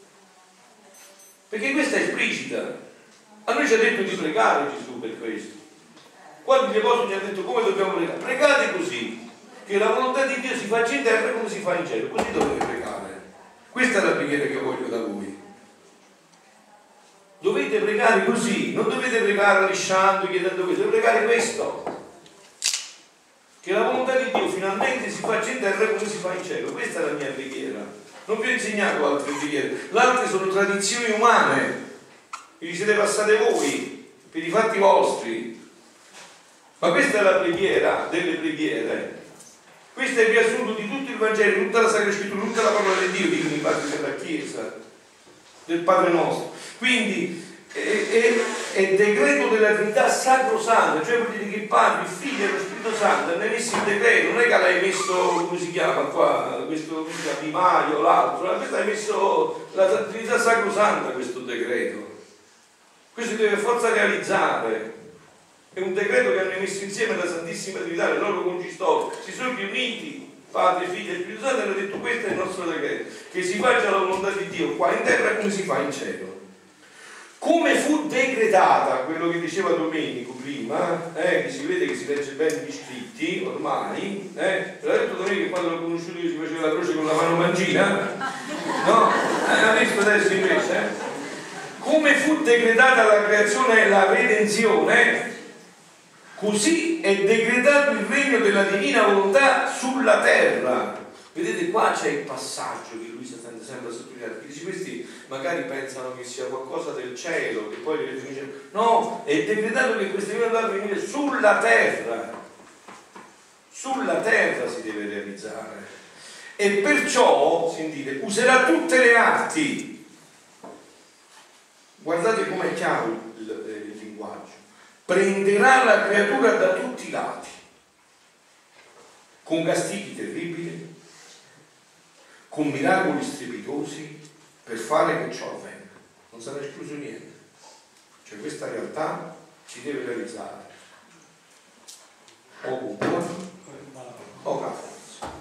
perché questa è esplicita. A noi ci ha detto di pregare Gesù per questo. Quando gli apostoli ci hanno detto come dobbiamo pregare, pregate così, che la volontà di Dio si faccia in terra come si fa in cielo, così dovete pregare. Questa è la preghiera che voglio da voi. Dovete pregare così, non dovete pregare lisciando, chiedendo questo, dovete pregare questo. Che la volontà di Dio finalmente si faccia in terra come si fa in cielo. Questa è la mia preghiera. Non vi ho insegnato altre preghiere. Le altre sono tradizioni umane. Vi siete passate voi, per i fatti vostri. Ma questa è la preghiera delle preghiere. Questo è il riassunto di tutto il Vangelo, tutta la Sacra Scrittura, tutta la parola di Dio, dicono i padri della Chiesa, del Padre nostro. Quindi è decreto della Trinità sacrosanta, cioè vuol dire che il Padre, il Figlio e lo Spirito Santo hanno messo il decreto, non è che l'hai messo, come si chiama qua, questo primario, l'altro, questo hai messo la Trinità sacrosanta, questo decreto. Questo si deve forza realizzare. È un decreto che hanno messo insieme la Santissima Trinità, le loro concistori, si sono riuniti, Padre, Figlio e Spirito Santo, e hanno detto questo è il nostro decreto, che si faccia la volontà di Dio qua in terra come si fa in cielo. Come fu decretata, quello che diceva Domenico prima, che si vede che si legge bene gli scritti ormai, l'ha detto Domenico che quando l'ho conosciuto io si faceva la croce con la mano mangina, no? Ha visto adesso invece? Come fu decretata la creazione e la redenzione, così è decretato il regno della divina volontà sulla terra. Vedete, qua c'è il passaggio che lui sta sempre a sottolineare, perché dice, questi magari pensano che sia qualcosa del cielo, che poi li definisce. No, è decretato che questa divina volontà deve venire sulla terra. Sulla terra si deve realizzare. E perciò, sentite, userà tutte le arti. Guardate com'è chiaro il linguaggio. Prenderà la creatura da tutti i lati, con castighi terribili, con miracoli strepitosi, per fare che ciò avvenga. Non sarà escluso niente. Cioè questa realtà si deve realizzare o con buona o con forza,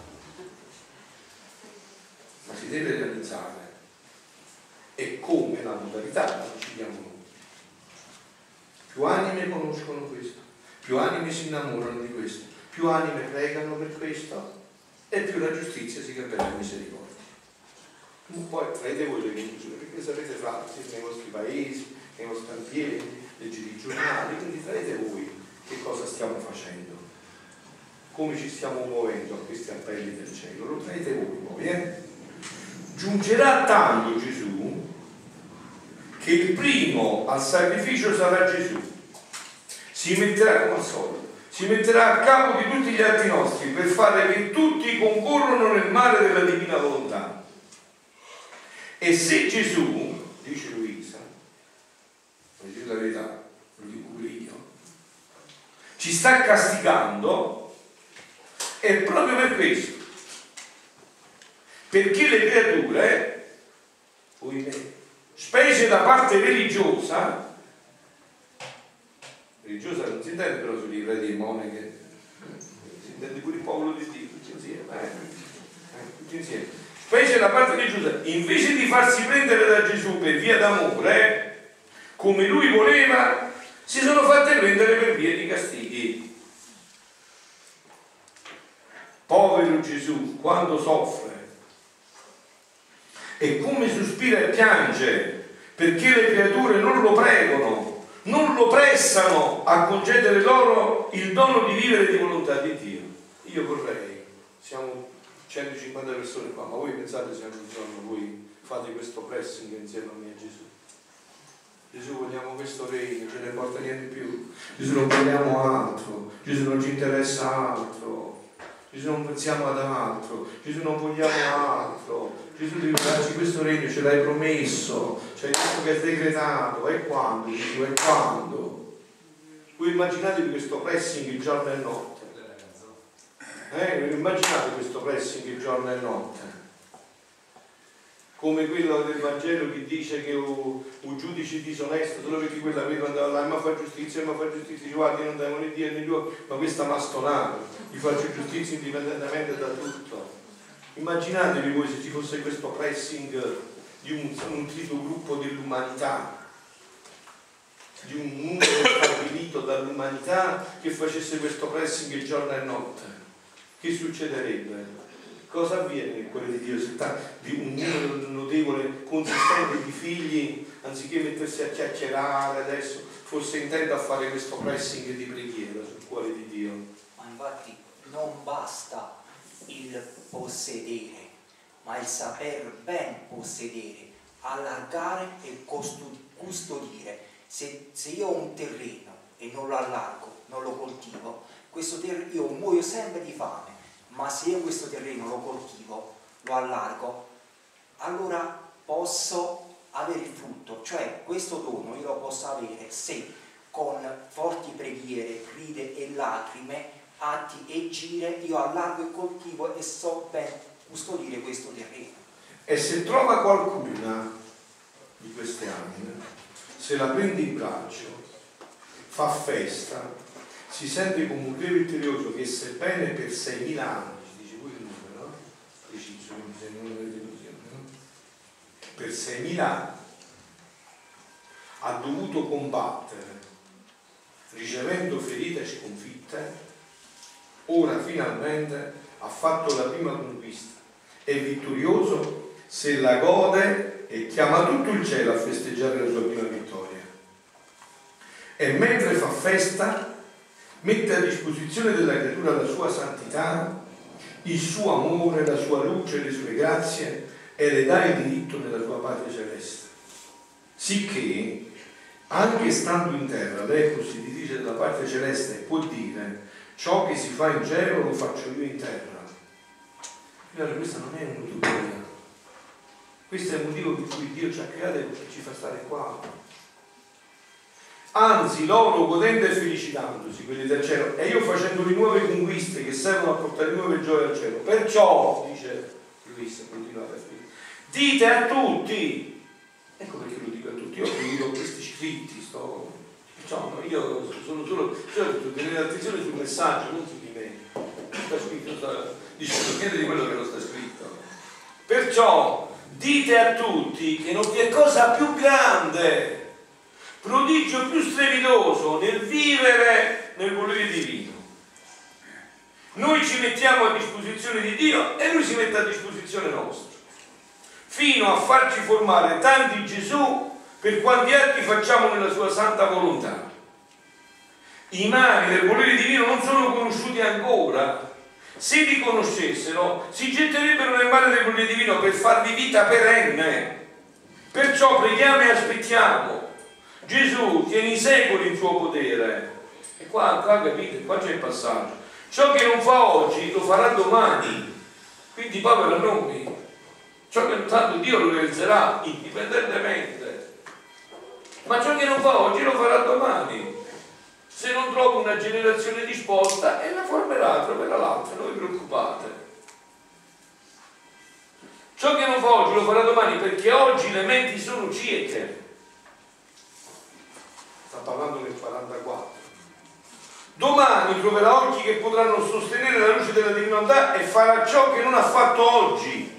ma si deve realizzare. E come la modalità la decidiamo noi. Più anime conoscono questo, più anime si innamorano di questo, più anime pregano per questo, e più la giustizia si cambierà in misericordia. Poi traete voi le conclusioni, perché sapete fatti nei vostri paesi, nei vostri ambienti, leggete i giornali, quindi traete voi che cosa stiamo facendo, come ci stiamo muovendo a questi appelli del cielo, lo traete voi. Giungerà tanto Gesù che il primo al sacrificio sarà Gesù. Si metterà, come al solito, si metterà a capo di tutti gli atti nostri per fare che tutti concorrono nel male della divina volontà. E se Gesù, dice Luisa, per dire la verità, lo dico pure io, ci sta castigando, è proprio per questo, perché le creature, specie da parte religiosa non si intende però sui preti e monache, si intende pure il popolo di Dio, tutti insieme, specie da parte religiosa, invece di farsi prendere da Gesù per via d'amore, come lui voleva, si sono fatte prendere per via di castighi. Povero Gesù, quando soffre e come sospira e piange perché le creature non lo pregano, non lo pressano a concedere loro il dono di vivere di volontà di Dio. Io vorrei, siamo 150 persone qua, ma voi pensate se un giorno voi fate questo pressing insieme a me e Gesù? Gesù, vogliamo questo regno, ce ne porta niente più. Gesù, non vogliamo altro, Gesù, non ci interessa altro, Gesù, non pensiamo ad altro, Gesù, non vogliamo altro, Gesù, devi darci questo regno, ce l'hai promesso, c'è detto che è decretato. E quando, Gesù, e quando? Voi immaginatevi questo pressing giorno e notte, immaginate questo pressing giorno e notte, come quello del Vangelo che dice che un giudice disonesto, solo perché quella vede andava là, ma fa giustizia, dice, guardi, non devono né Dio né Dio, ma questa mastonata, gli faccio giustizia indipendentemente da tutto. Immaginatevi voi se ci fosse questo pressing di un nutrito gruppo dell'umanità, di un numero stabilito dall'umanità che facesse questo pressing giorno e notte, che succederebbe? Cosa avviene nel cuore di Dio se di un numero notevole, consistente di figli, anziché mettersi a chiacchierare adesso, fosse intento a fare questo pressing di preghiera sul cuore di Dio? Ma infatti non basta il possedere, ma il saper ben possedere, allargare e custodire. Se io ho un terreno e non lo allargo, non lo coltivo, questo terreno io muoio sempre di fame. Ma se io questo terreno lo coltivo, lo allargo, allora posso avere il frutto, cioè questo dono io lo posso avere se con forti preghiere, grida e lacrime, atti e gire io allargo e coltivo e so ben custodire questo terreno. E se trova qualcuna di queste anime, se la prende in braccio, fa festa, si sente come un re vittorioso che sebbene per 6.000 anni, si dice pure il numero, no? Preciso, quindi se non avete illusione, no? Per 6.000 anni ha dovuto combattere, ricevendo ferite e sconfitte, ora finalmente ha fatto la prima conquista, è vittorioso, se la gode e chiama tutto il cielo a festeggiare la sua prima vittoria. E mentre fa festa, mette a disposizione della creatura la sua santità, il suo amore, la sua luce, le sue grazie e le dà il diritto nella sua patria celeste. Sicché, anche stando in terra, lei posseditrice della patria celeste può dire: ciò che si fa in cielo lo faccio io in terra. Allora, questa non è un'utopia, questo è il motivo per cui Dio ci ha creato e ci fa stare qua. Anzi, loro godendo e felicitandosi, quelli del cielo, e io facendoli nuove conquiste che servono a portare nuove gioie al cielo. Perciò, dice Luisa, continuate a scrivere, dite a tutti, ecco perché lo dico a tutti, io ho finito questi scritti, io sono solo tenere attenzione sul messaggio, non su di me. Sta scritto, sta dicendo niente di quello che non sta scritto. Perciò dite a tutti che non vi è cosa più grande, prodigio più strepitoso nel vivere nel volere divino. Noi ci mettiamo a disposizione di Dio e Lui si mette a disposizione nostra, fino a farci formare tanti Gesù per quanti atti facciamo nella sua santa volontà. I mari del volere divino non sono conosciuti ancora. Se li conoscessero, si getterebbero nel mare del volere divino per farvi vita perenne. Perciò preghiamo e aspettiamo. Gesù tiene i secoli il suo potere. E qua capite, qua c'è il passaggio. Ciò che non fa oggi lo farà domani. Quindi Paolo a noi. Ciò che tanto Dio lo realizzerà indipendentemente. Ma ciò che non fa oggi lo farà domani. Se non trovo una generazione disposta, e la formerà, troverà l'altra, non vi preoccupate. Ciò che non fa oggi lo farà domani, perché oggi le menti sono cieche. Sta parlando del 44. Domani troverà occhi che potranno sostenere la luce della divinità e farà ciò che non ha fatto oggi.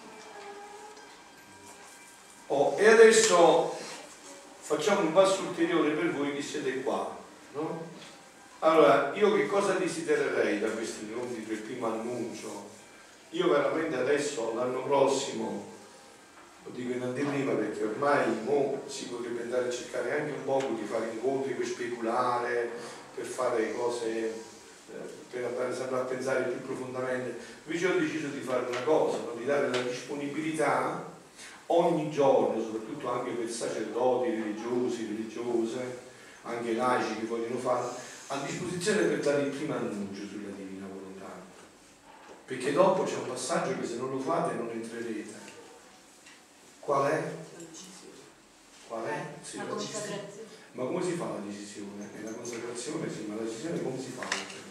E adesso facciamo un passo ulteriore per voi che siete qua, no? Allora, io che cosa desidererei da questi incontri del primo annuncio? Io veramente adesso, l'anno prossimo, lo dico in anteprima perché ormai si potrebbe andare a cercare anche un po' di fare incontri per speculare, per fare cose, per andare sempre a pensare più profondamente. Invece ho deciso di fare una cosa, no? Di dare la disponibilità ogni giorno, soprattutto anche per sacerdoti religiosi, religiose, anche laici che vogliono farlo, a disposizione per dare il primo annuncio sulla divina volontà. Perché dopo c'è un passaggio che se non lo fate non entrerete. Qual è? Qual è? Sì, la decisione. Ma come si fa la decisione? È la consacrazione, sì, ma la decisione come si fa?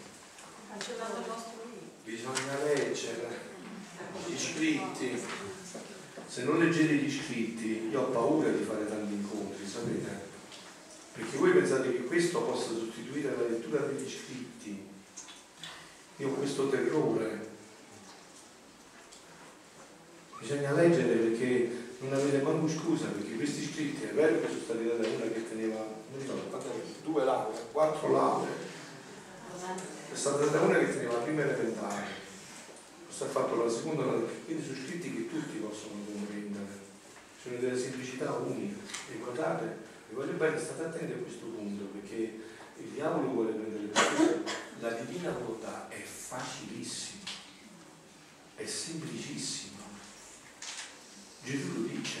Bisogna leggere gli scritti. Se non leggete gli scritti, io ho paura di fare tanti incontri, sapete? Perché voi pensate che questo possa sostituire la lettura degli scritti. Io ho questo terrore. Bisogna leggere perché non avete manco scusa, perché questi scritti è vero che sono stati dati da una che teneva, non ricordo, 2 lauree, 4 lauree, è stata data da una che teneva la prima elementare, questo ha fatto la seconda, quindi sono scritti che tutti possono comprendere, sono delle semplicità uniche. E guardate, vi voglio bene, state attenti a questo punto, perché il diavolo vuole prendere la divina volontà, è facilissimo, è semplicissimo. Gesù lo dice.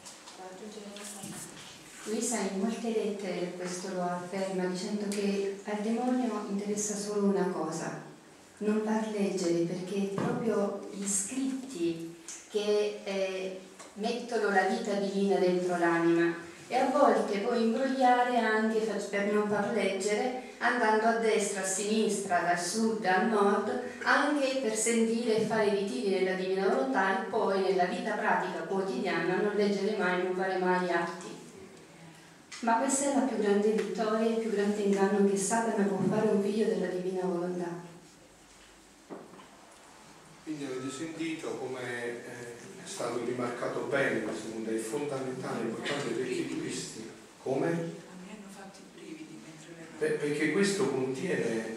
Luisa in molte lettere questo lo afferma, dicendo che al demonio interessa solo una cosa, non far leggere, perché è proprio gli scritti che mettono la vita divina dentro l'anima, e a volte puoi imbrogliare anche per non far leggere, andando a destra, a sinistra, dal sud al nord, anche per sentire e fare ritiri nella divina volontà, e poi nella vita pratica quotidiana non leggere mai, non fare mai atti. Ma questa è la più grande vittoria, il più grande inganno che Satana può fare a un figlio della divina volontà. Quindi avete sentito come è stato rimarcato bene questo punto, è fondamentale, importante, perché questi, come? Mi hanno fatto i brividi mentre Perché questo contiene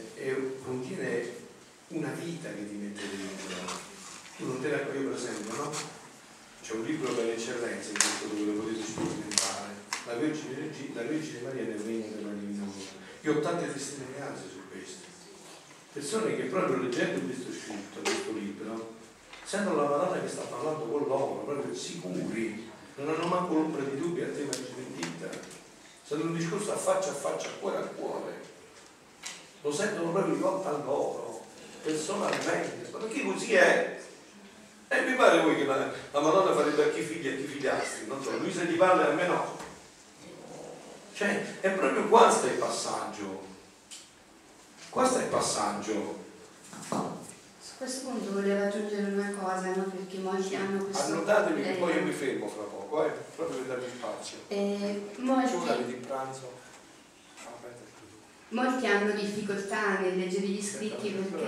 una vita che ti mette dentro. Tu non te ne accorgi, io per esempio, no? C'è un libro per eccellenza in questo dove lo potete sperimentare, la Vergine Maria nel regno della Divina Volontà. Io ho tante testimonianze su questo, persone che proprio leggendo questo scritto, questo libro, sentono la Madonna che sta parlando con loro, proprio sicuri, non hanno manco l'ombra di dubbio a tema di smentita, è stato un discorso a faccia, cuore a cuore, lo sentono proprio rivolto a loro, personalmente, perché così è. E mi pare voi che la Madonna farebbe a chi figli e a chi figliastri, non so, Luisa ti parla e a me no. Cioè, è proprio questo il passaggio. Questo è il passaggio. Su questo punto volevo aggiungere una cosa, no? Perché molti hanno questo Annotatemi che poi io mi fermo fra poco, proprio per darvi spazio. Ci vuole di pranzo? Molti hanno difficoltà nel leggere gli scritti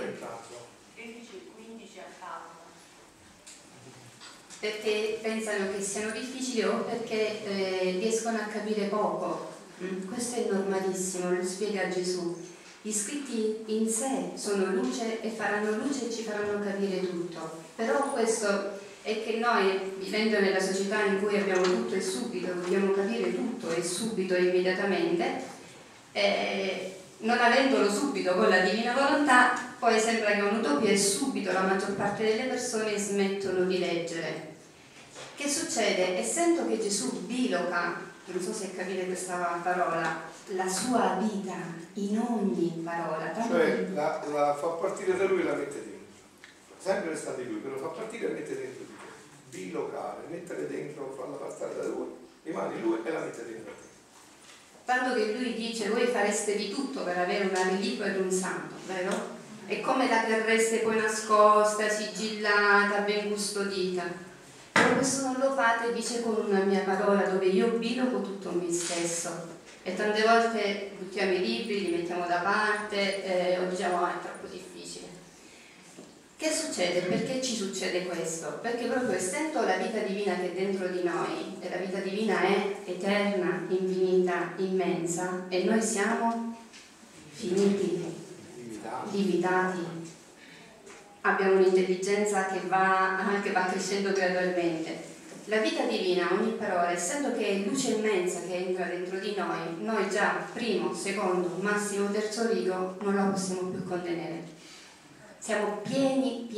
perché pensano che siano difficili o perché riescono a capire poco. Questo è normalissimo, lo spiega Gesù. Gli scritti in sé sono luce e faranno luce e ci faranno capire tutto. Però questo è che noi, vivendo nella società in cui abbiamo tutto e subito, vogliamo capire tutto e subito e immediatamente, non avendolo subito con la divina volontà, poi sembra che è un'utopia e subito la maggior parte delle persone smettono di leggere. Che succede? Essendo che Gesù biloca, non so se capite questa parola, la sua vita in ogni parola, cioè la fa partire da lui e la mette dentro, sempre resta di lui, però fa partire e mette dentro di te, bilocare, mettere dentro, farla partire da lui, rimane lui e la mette dentro a te. Tanto che lui dice: voi fareste di tutto per avere una reliquia di un santo, vero? È come la terreste poi nascosta, sigillata, ben custodita. Però questo non lo fate, dice, con una mia parola, dove io biloco tutto me stesso. E tante volte buttiamo i libri, li mettiamo da parte, o diciamo è troppo difficile. Che succede? Perché ci succede questo? Perché proprio essendo la vita divina che è dentro di noi, e la vita divina è eterna, infinita, immensa, e noi siamo finiti, limitati. Abbiamo un'intelligenza che va crescendo gradualmente. La vita divina, ogni parola, essendo che è luce immensa che entra dentro di noi già primo, secondo, massimo terzo rigo non la possiamo più contenere. Siamo pieni.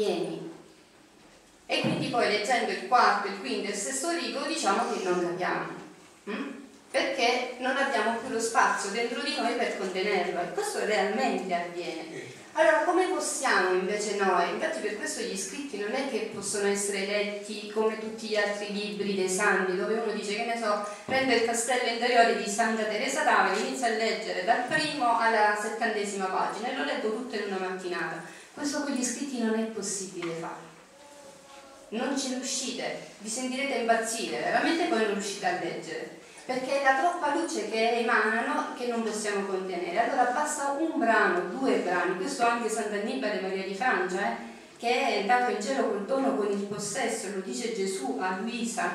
E quindi poi leggendo il quarto, il quinto e il sesto rigo diciamo che non capiamo. Perché non abbiamo più lo spazio dentro di noi per contenerlo, e questo realmente avviene. Allora come possiamo invece noi, infatti per questo gli scritti non è che possono essere letti come tutti gli altri libri dei santi, dove uno dice, che ne so, prende il castello interiore di Santa Teresa d'Avila, inizia a leggere dal primo alla 70ª pagina e lo leggo tutto in una mattinata. Questo con gli scritti non è possibile fare. Non ci riuscite, vi sentirete impazzire, veramente poi non riuscite a leggere. Perché è la troppa luce che emanano che non possiamo contenere. Allora basta un brano, 2 brani, questo anche Sant'Annibale Maria di Francia, che è entrato in cielo col dono con il possesso, lo dice Gesù a Luisa,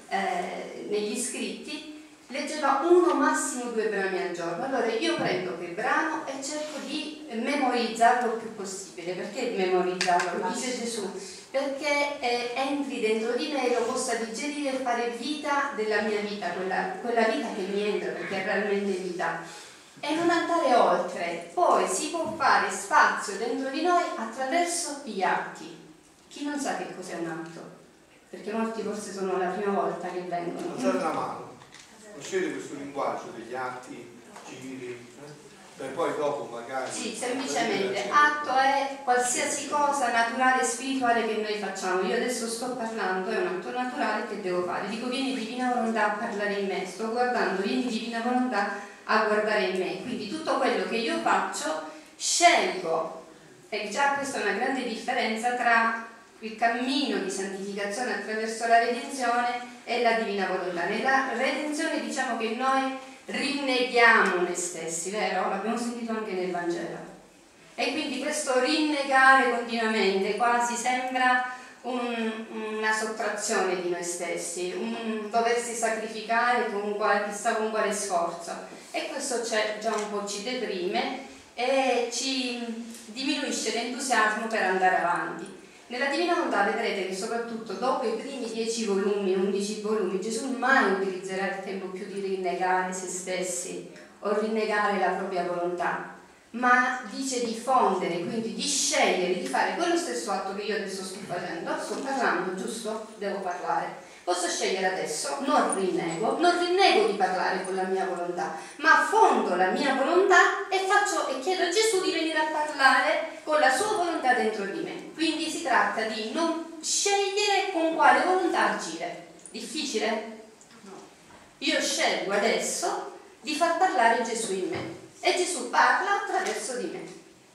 negli scritti, leggeva 1 massimo 2 brani al giorno. Allora io prendo quel brano e cerco di memorizzarlo il più possibile. Perché memorizzarlo? Lo dice Gesù, perché entri dentro di me e lo possa digerire e fare vita della mia vita, quella vita che mi entra, perché è realmente vita, e non andare oltre. Poi si può fare spazio dentro di noi attraverso gli atti. Chi non sa che cos'è un atto? Perché molti forse sono la prima volta che vengono. Alzate la mano. Conoscete questo linguaggio degli atti, giri? Beh, poi dopo magari... Sì, semplicemente atto è qualsiasi cosa naturale e spirituale che noi facciamo. Io adesso sto parlando, è un atto naturale che devo fare. Dico vieni divina volontà a parlare in me, sto guardando, vieni divina volontà a guardare in me. Quindi tutto quello che io faccio scelgo, e già questa è una grande differenza tra il cammino di santificazione attraverso la redenzione e la divina volontà. Nella redenzione diciamo che noi rinneghiamo noi stessi, vero? L'abbiamo sentito anche nel Vangelo. E quindi questo rinnegare continuamente quasi sembra una sottrazione di noi stessi, un doversi sacrificare chissà con quale sforzo. E questo già un po' ci deprime e ci diminuisce l'entusiasmo per andare avanti. Nella Divina Volontà vedrete che soprattutto dopo i primi 10 volumi, 11 volumi, Gesù mai utilizzerà il tempo più di rinnegare se stessi o rinnegare la propria volontà, ma dice di fondere, quindi di scegliere di fare quello stesso atto che io adesso sto facendo. Sto parlando, giusto? Devo parlare. Posso scegliere adesso, non rinnego di parlare con la mia volontà, ma fondo la mia volontà e chiedo a Gesù di venire a parlare con la sua volontà dentro di me. Quindi si tratta di non scegliere con quale volontà agire. Difficile? No. Io scelgo adesso di far parlare Gesù in me e Gesù parla attraverso di me.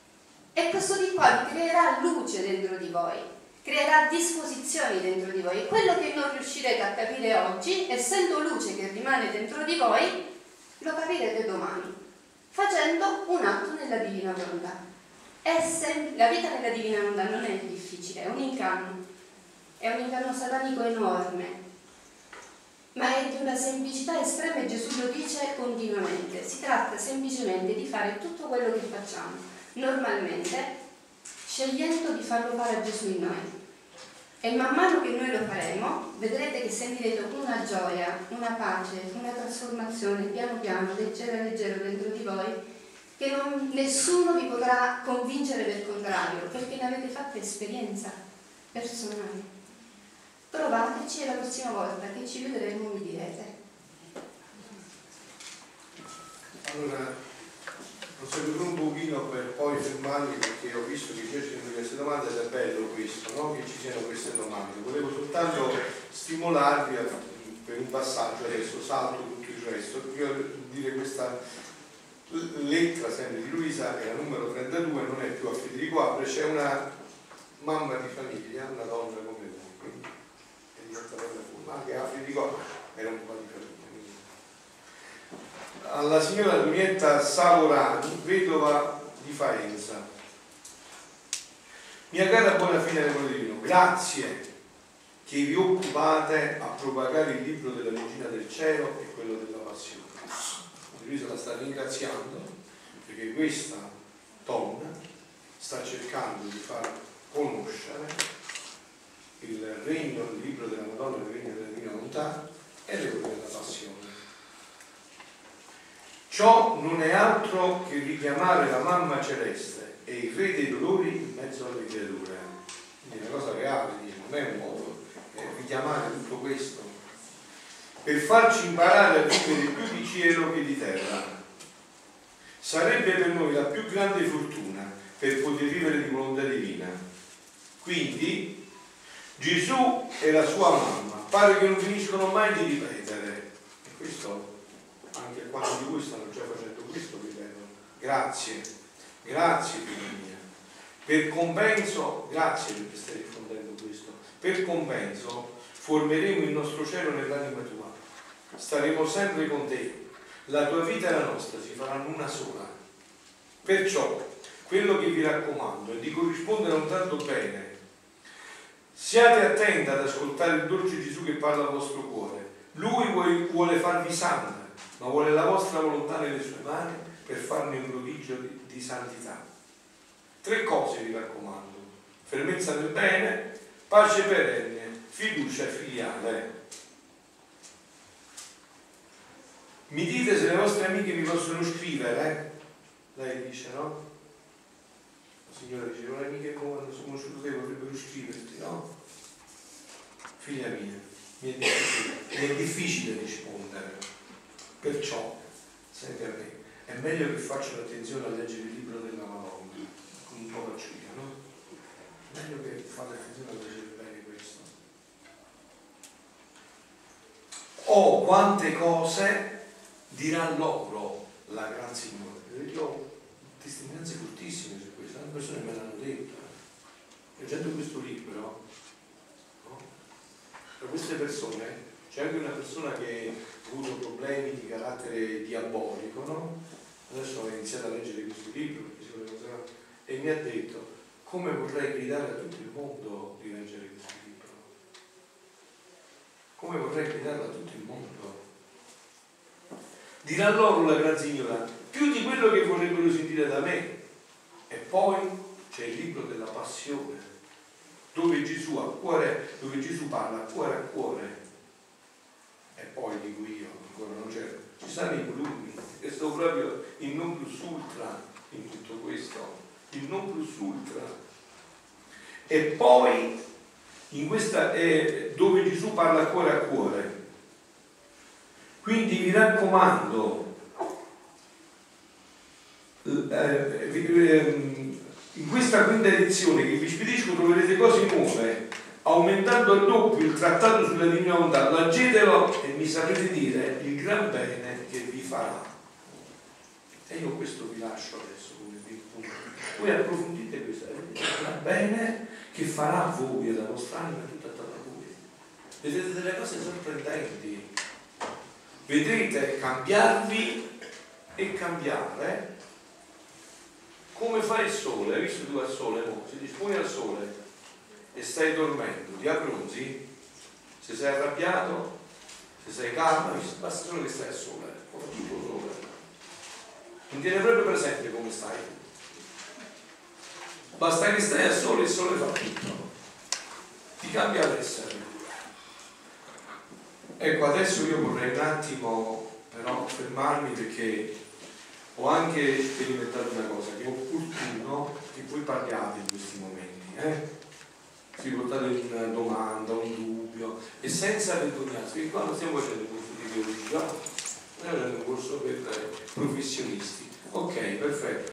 E questo di qua vi creerà luce dentro di voi. Creerà disposizioni dentro di voi, e quello che non riuscirete a capire oggi, essendo luce che rimane dentro di voi, lo capirete domani, facendo un atto nella Divina Volontà. La vita nella Divina Volontà non è difficile, è un inganno satanico enorme, ma è di una semplicità estrema e Gesù lo dice continuamente. Si tratta semplicemente di fare tutto quello che facciamo normalmente, scegliendo di farlo fare a Gesù in noi. E man mano che noi lo faremo, vedrete che sentirete una gioia, una pace, una trasformazione piano piano, leggero dentro di voi, che nessuno vi potrà convincere del contrario, perché ne avete fatta esperienza personale. Provateci e la prossima volta che ci vedremo mi direte. Allora, proseguirò un pochino per poi fermarmi, perché ho visto che piacciono queste domande ed è bello questo, no? Che ci siano queste domande. Volevo soltanto stimolarvi per un passaggio, adesso salto tutto il resto, io dire questa lettera sempre di Luisa, che è la numero 32, non è più a Federico Apre, c'è una mamma di famiglia, una donna come voi, quindi è diventata ma che a Federico Apre era un po' di famiglia. Alla signora Dunietta Savorani, vedova di Faenza. Mia cara buona fine del Divino, grazie che vi occupate a propagare il libro della Regina del Cielo e quello della Passione. Luisa la sta ringraziando perché questa donna sta cercando di far conoscere il regno, il libro della Madonna, il regno della Divina Volontà e le ore della Passione. Ciò non è altro che richiamare la mamma celeste e il re dei dolori in mezzo alle creature. Quindi è una cosa reale, non è un modo, è richiamare tutto questo per farci imparare a vivere più di cielo che di terra. Sarebbe per noi la più grande fortuna per poter vivere di volontà divina. Quindi Gesù e la sua mamma pare che non finiscono mai di ripetere, e questo anche quanti di voi stanno già facendo questo, ripetono: grazie, grazie figlia mia, per compenso, grazie perché stai diffondendo questo, per compenso formeremo il nostro cielo nell'anima tua, staremo sempre con te, la tua vita e la nostra si faranno una sola. Perciò quello che vi raccomando è di corrispondere un tanto bene, siate attenti ad ascoltare il dolce Gesù che parla al vostro cuore, Lui vuole farvi santi, ma vuole la vostra volontà nelle sue mani per farne un prodigio di santità. 3 cose vi raccomando: fermezza nel bene, pace perenne, fiducia filiale. Mi dite se le vostre amiche mi possono scrivere? Lei dice, no? La signora dice, le amiche come sono conosciute potrebbero scriverti, no? Figlia mia, mi è difficile rispondere, perciò, senti a me, è meglio che facciano attenzione a leggere il libro della Madonna, con un po' faccio io, no? È meglio che fate attenzione a leggere bene questo. Oh, quante cose dirà loro la gran Signore. Io ho testimonianze fortissime su questo, tante persone me l'hanno detto. Leggendo questo libro, no? Tra queste persone c'è anche una persona che ha avuto problemi di carattere diabolico, no? Adesso ho iniziato a leggere questo libro e mi ha detto: come vorrei gridare a tutto il mondo di leggere questo libro, come vorrei gridare a tutto il mondo. Dirà loro la gran Signora più di quello che vorrebbero sentire da me. E poi c'è il libro della passione, dove Gesù parla cuore a cuore. E poi dico io, ancora non c'è, ci stanno i volumi e sto proprio il non plus ultra in tutto questo, il non plus ultra. E poi in questa dove Gesù parla cuore a cuore. Quindi vi raccomando, in questa quinta edizione che vi spedisco troverete cose nuove, aumentando al doppio il trattato sulla divina volontà. Leggetelo e mi saprete dire il gran bene che vi farà. E io questo vi lascio adesso come virtù. Voi approfondite questo, il gran bene che farà a voi e alla vostra anima tutta attorno a voi. Vedete delle cose sorprendenti. Vedrete cambiarvi e cambiare come fa il sole. Hai visto tu al sole? No? Se ti esponi al sole e stai dormendo, ti abbronzi? Se sei arrabbiato, se sei calmo, basta solo che stai al sole, come tutto il sole. Non tieni proprio presente come stai. Basta che stai al sole, il sole fa tutto. Ti cambia l'essere. Ecco, adesso io vorrei un attimo però fermarmi, perché ho anche sperimentato una cosa, che è opportuno che voi parliate in questi momenti, si portate una domanda, un dubbio, e senza vergognarsi, perché qua non stiamo facendo un corso di teologia, stiamo facendo un corso per professionisti. Ok, perfetto.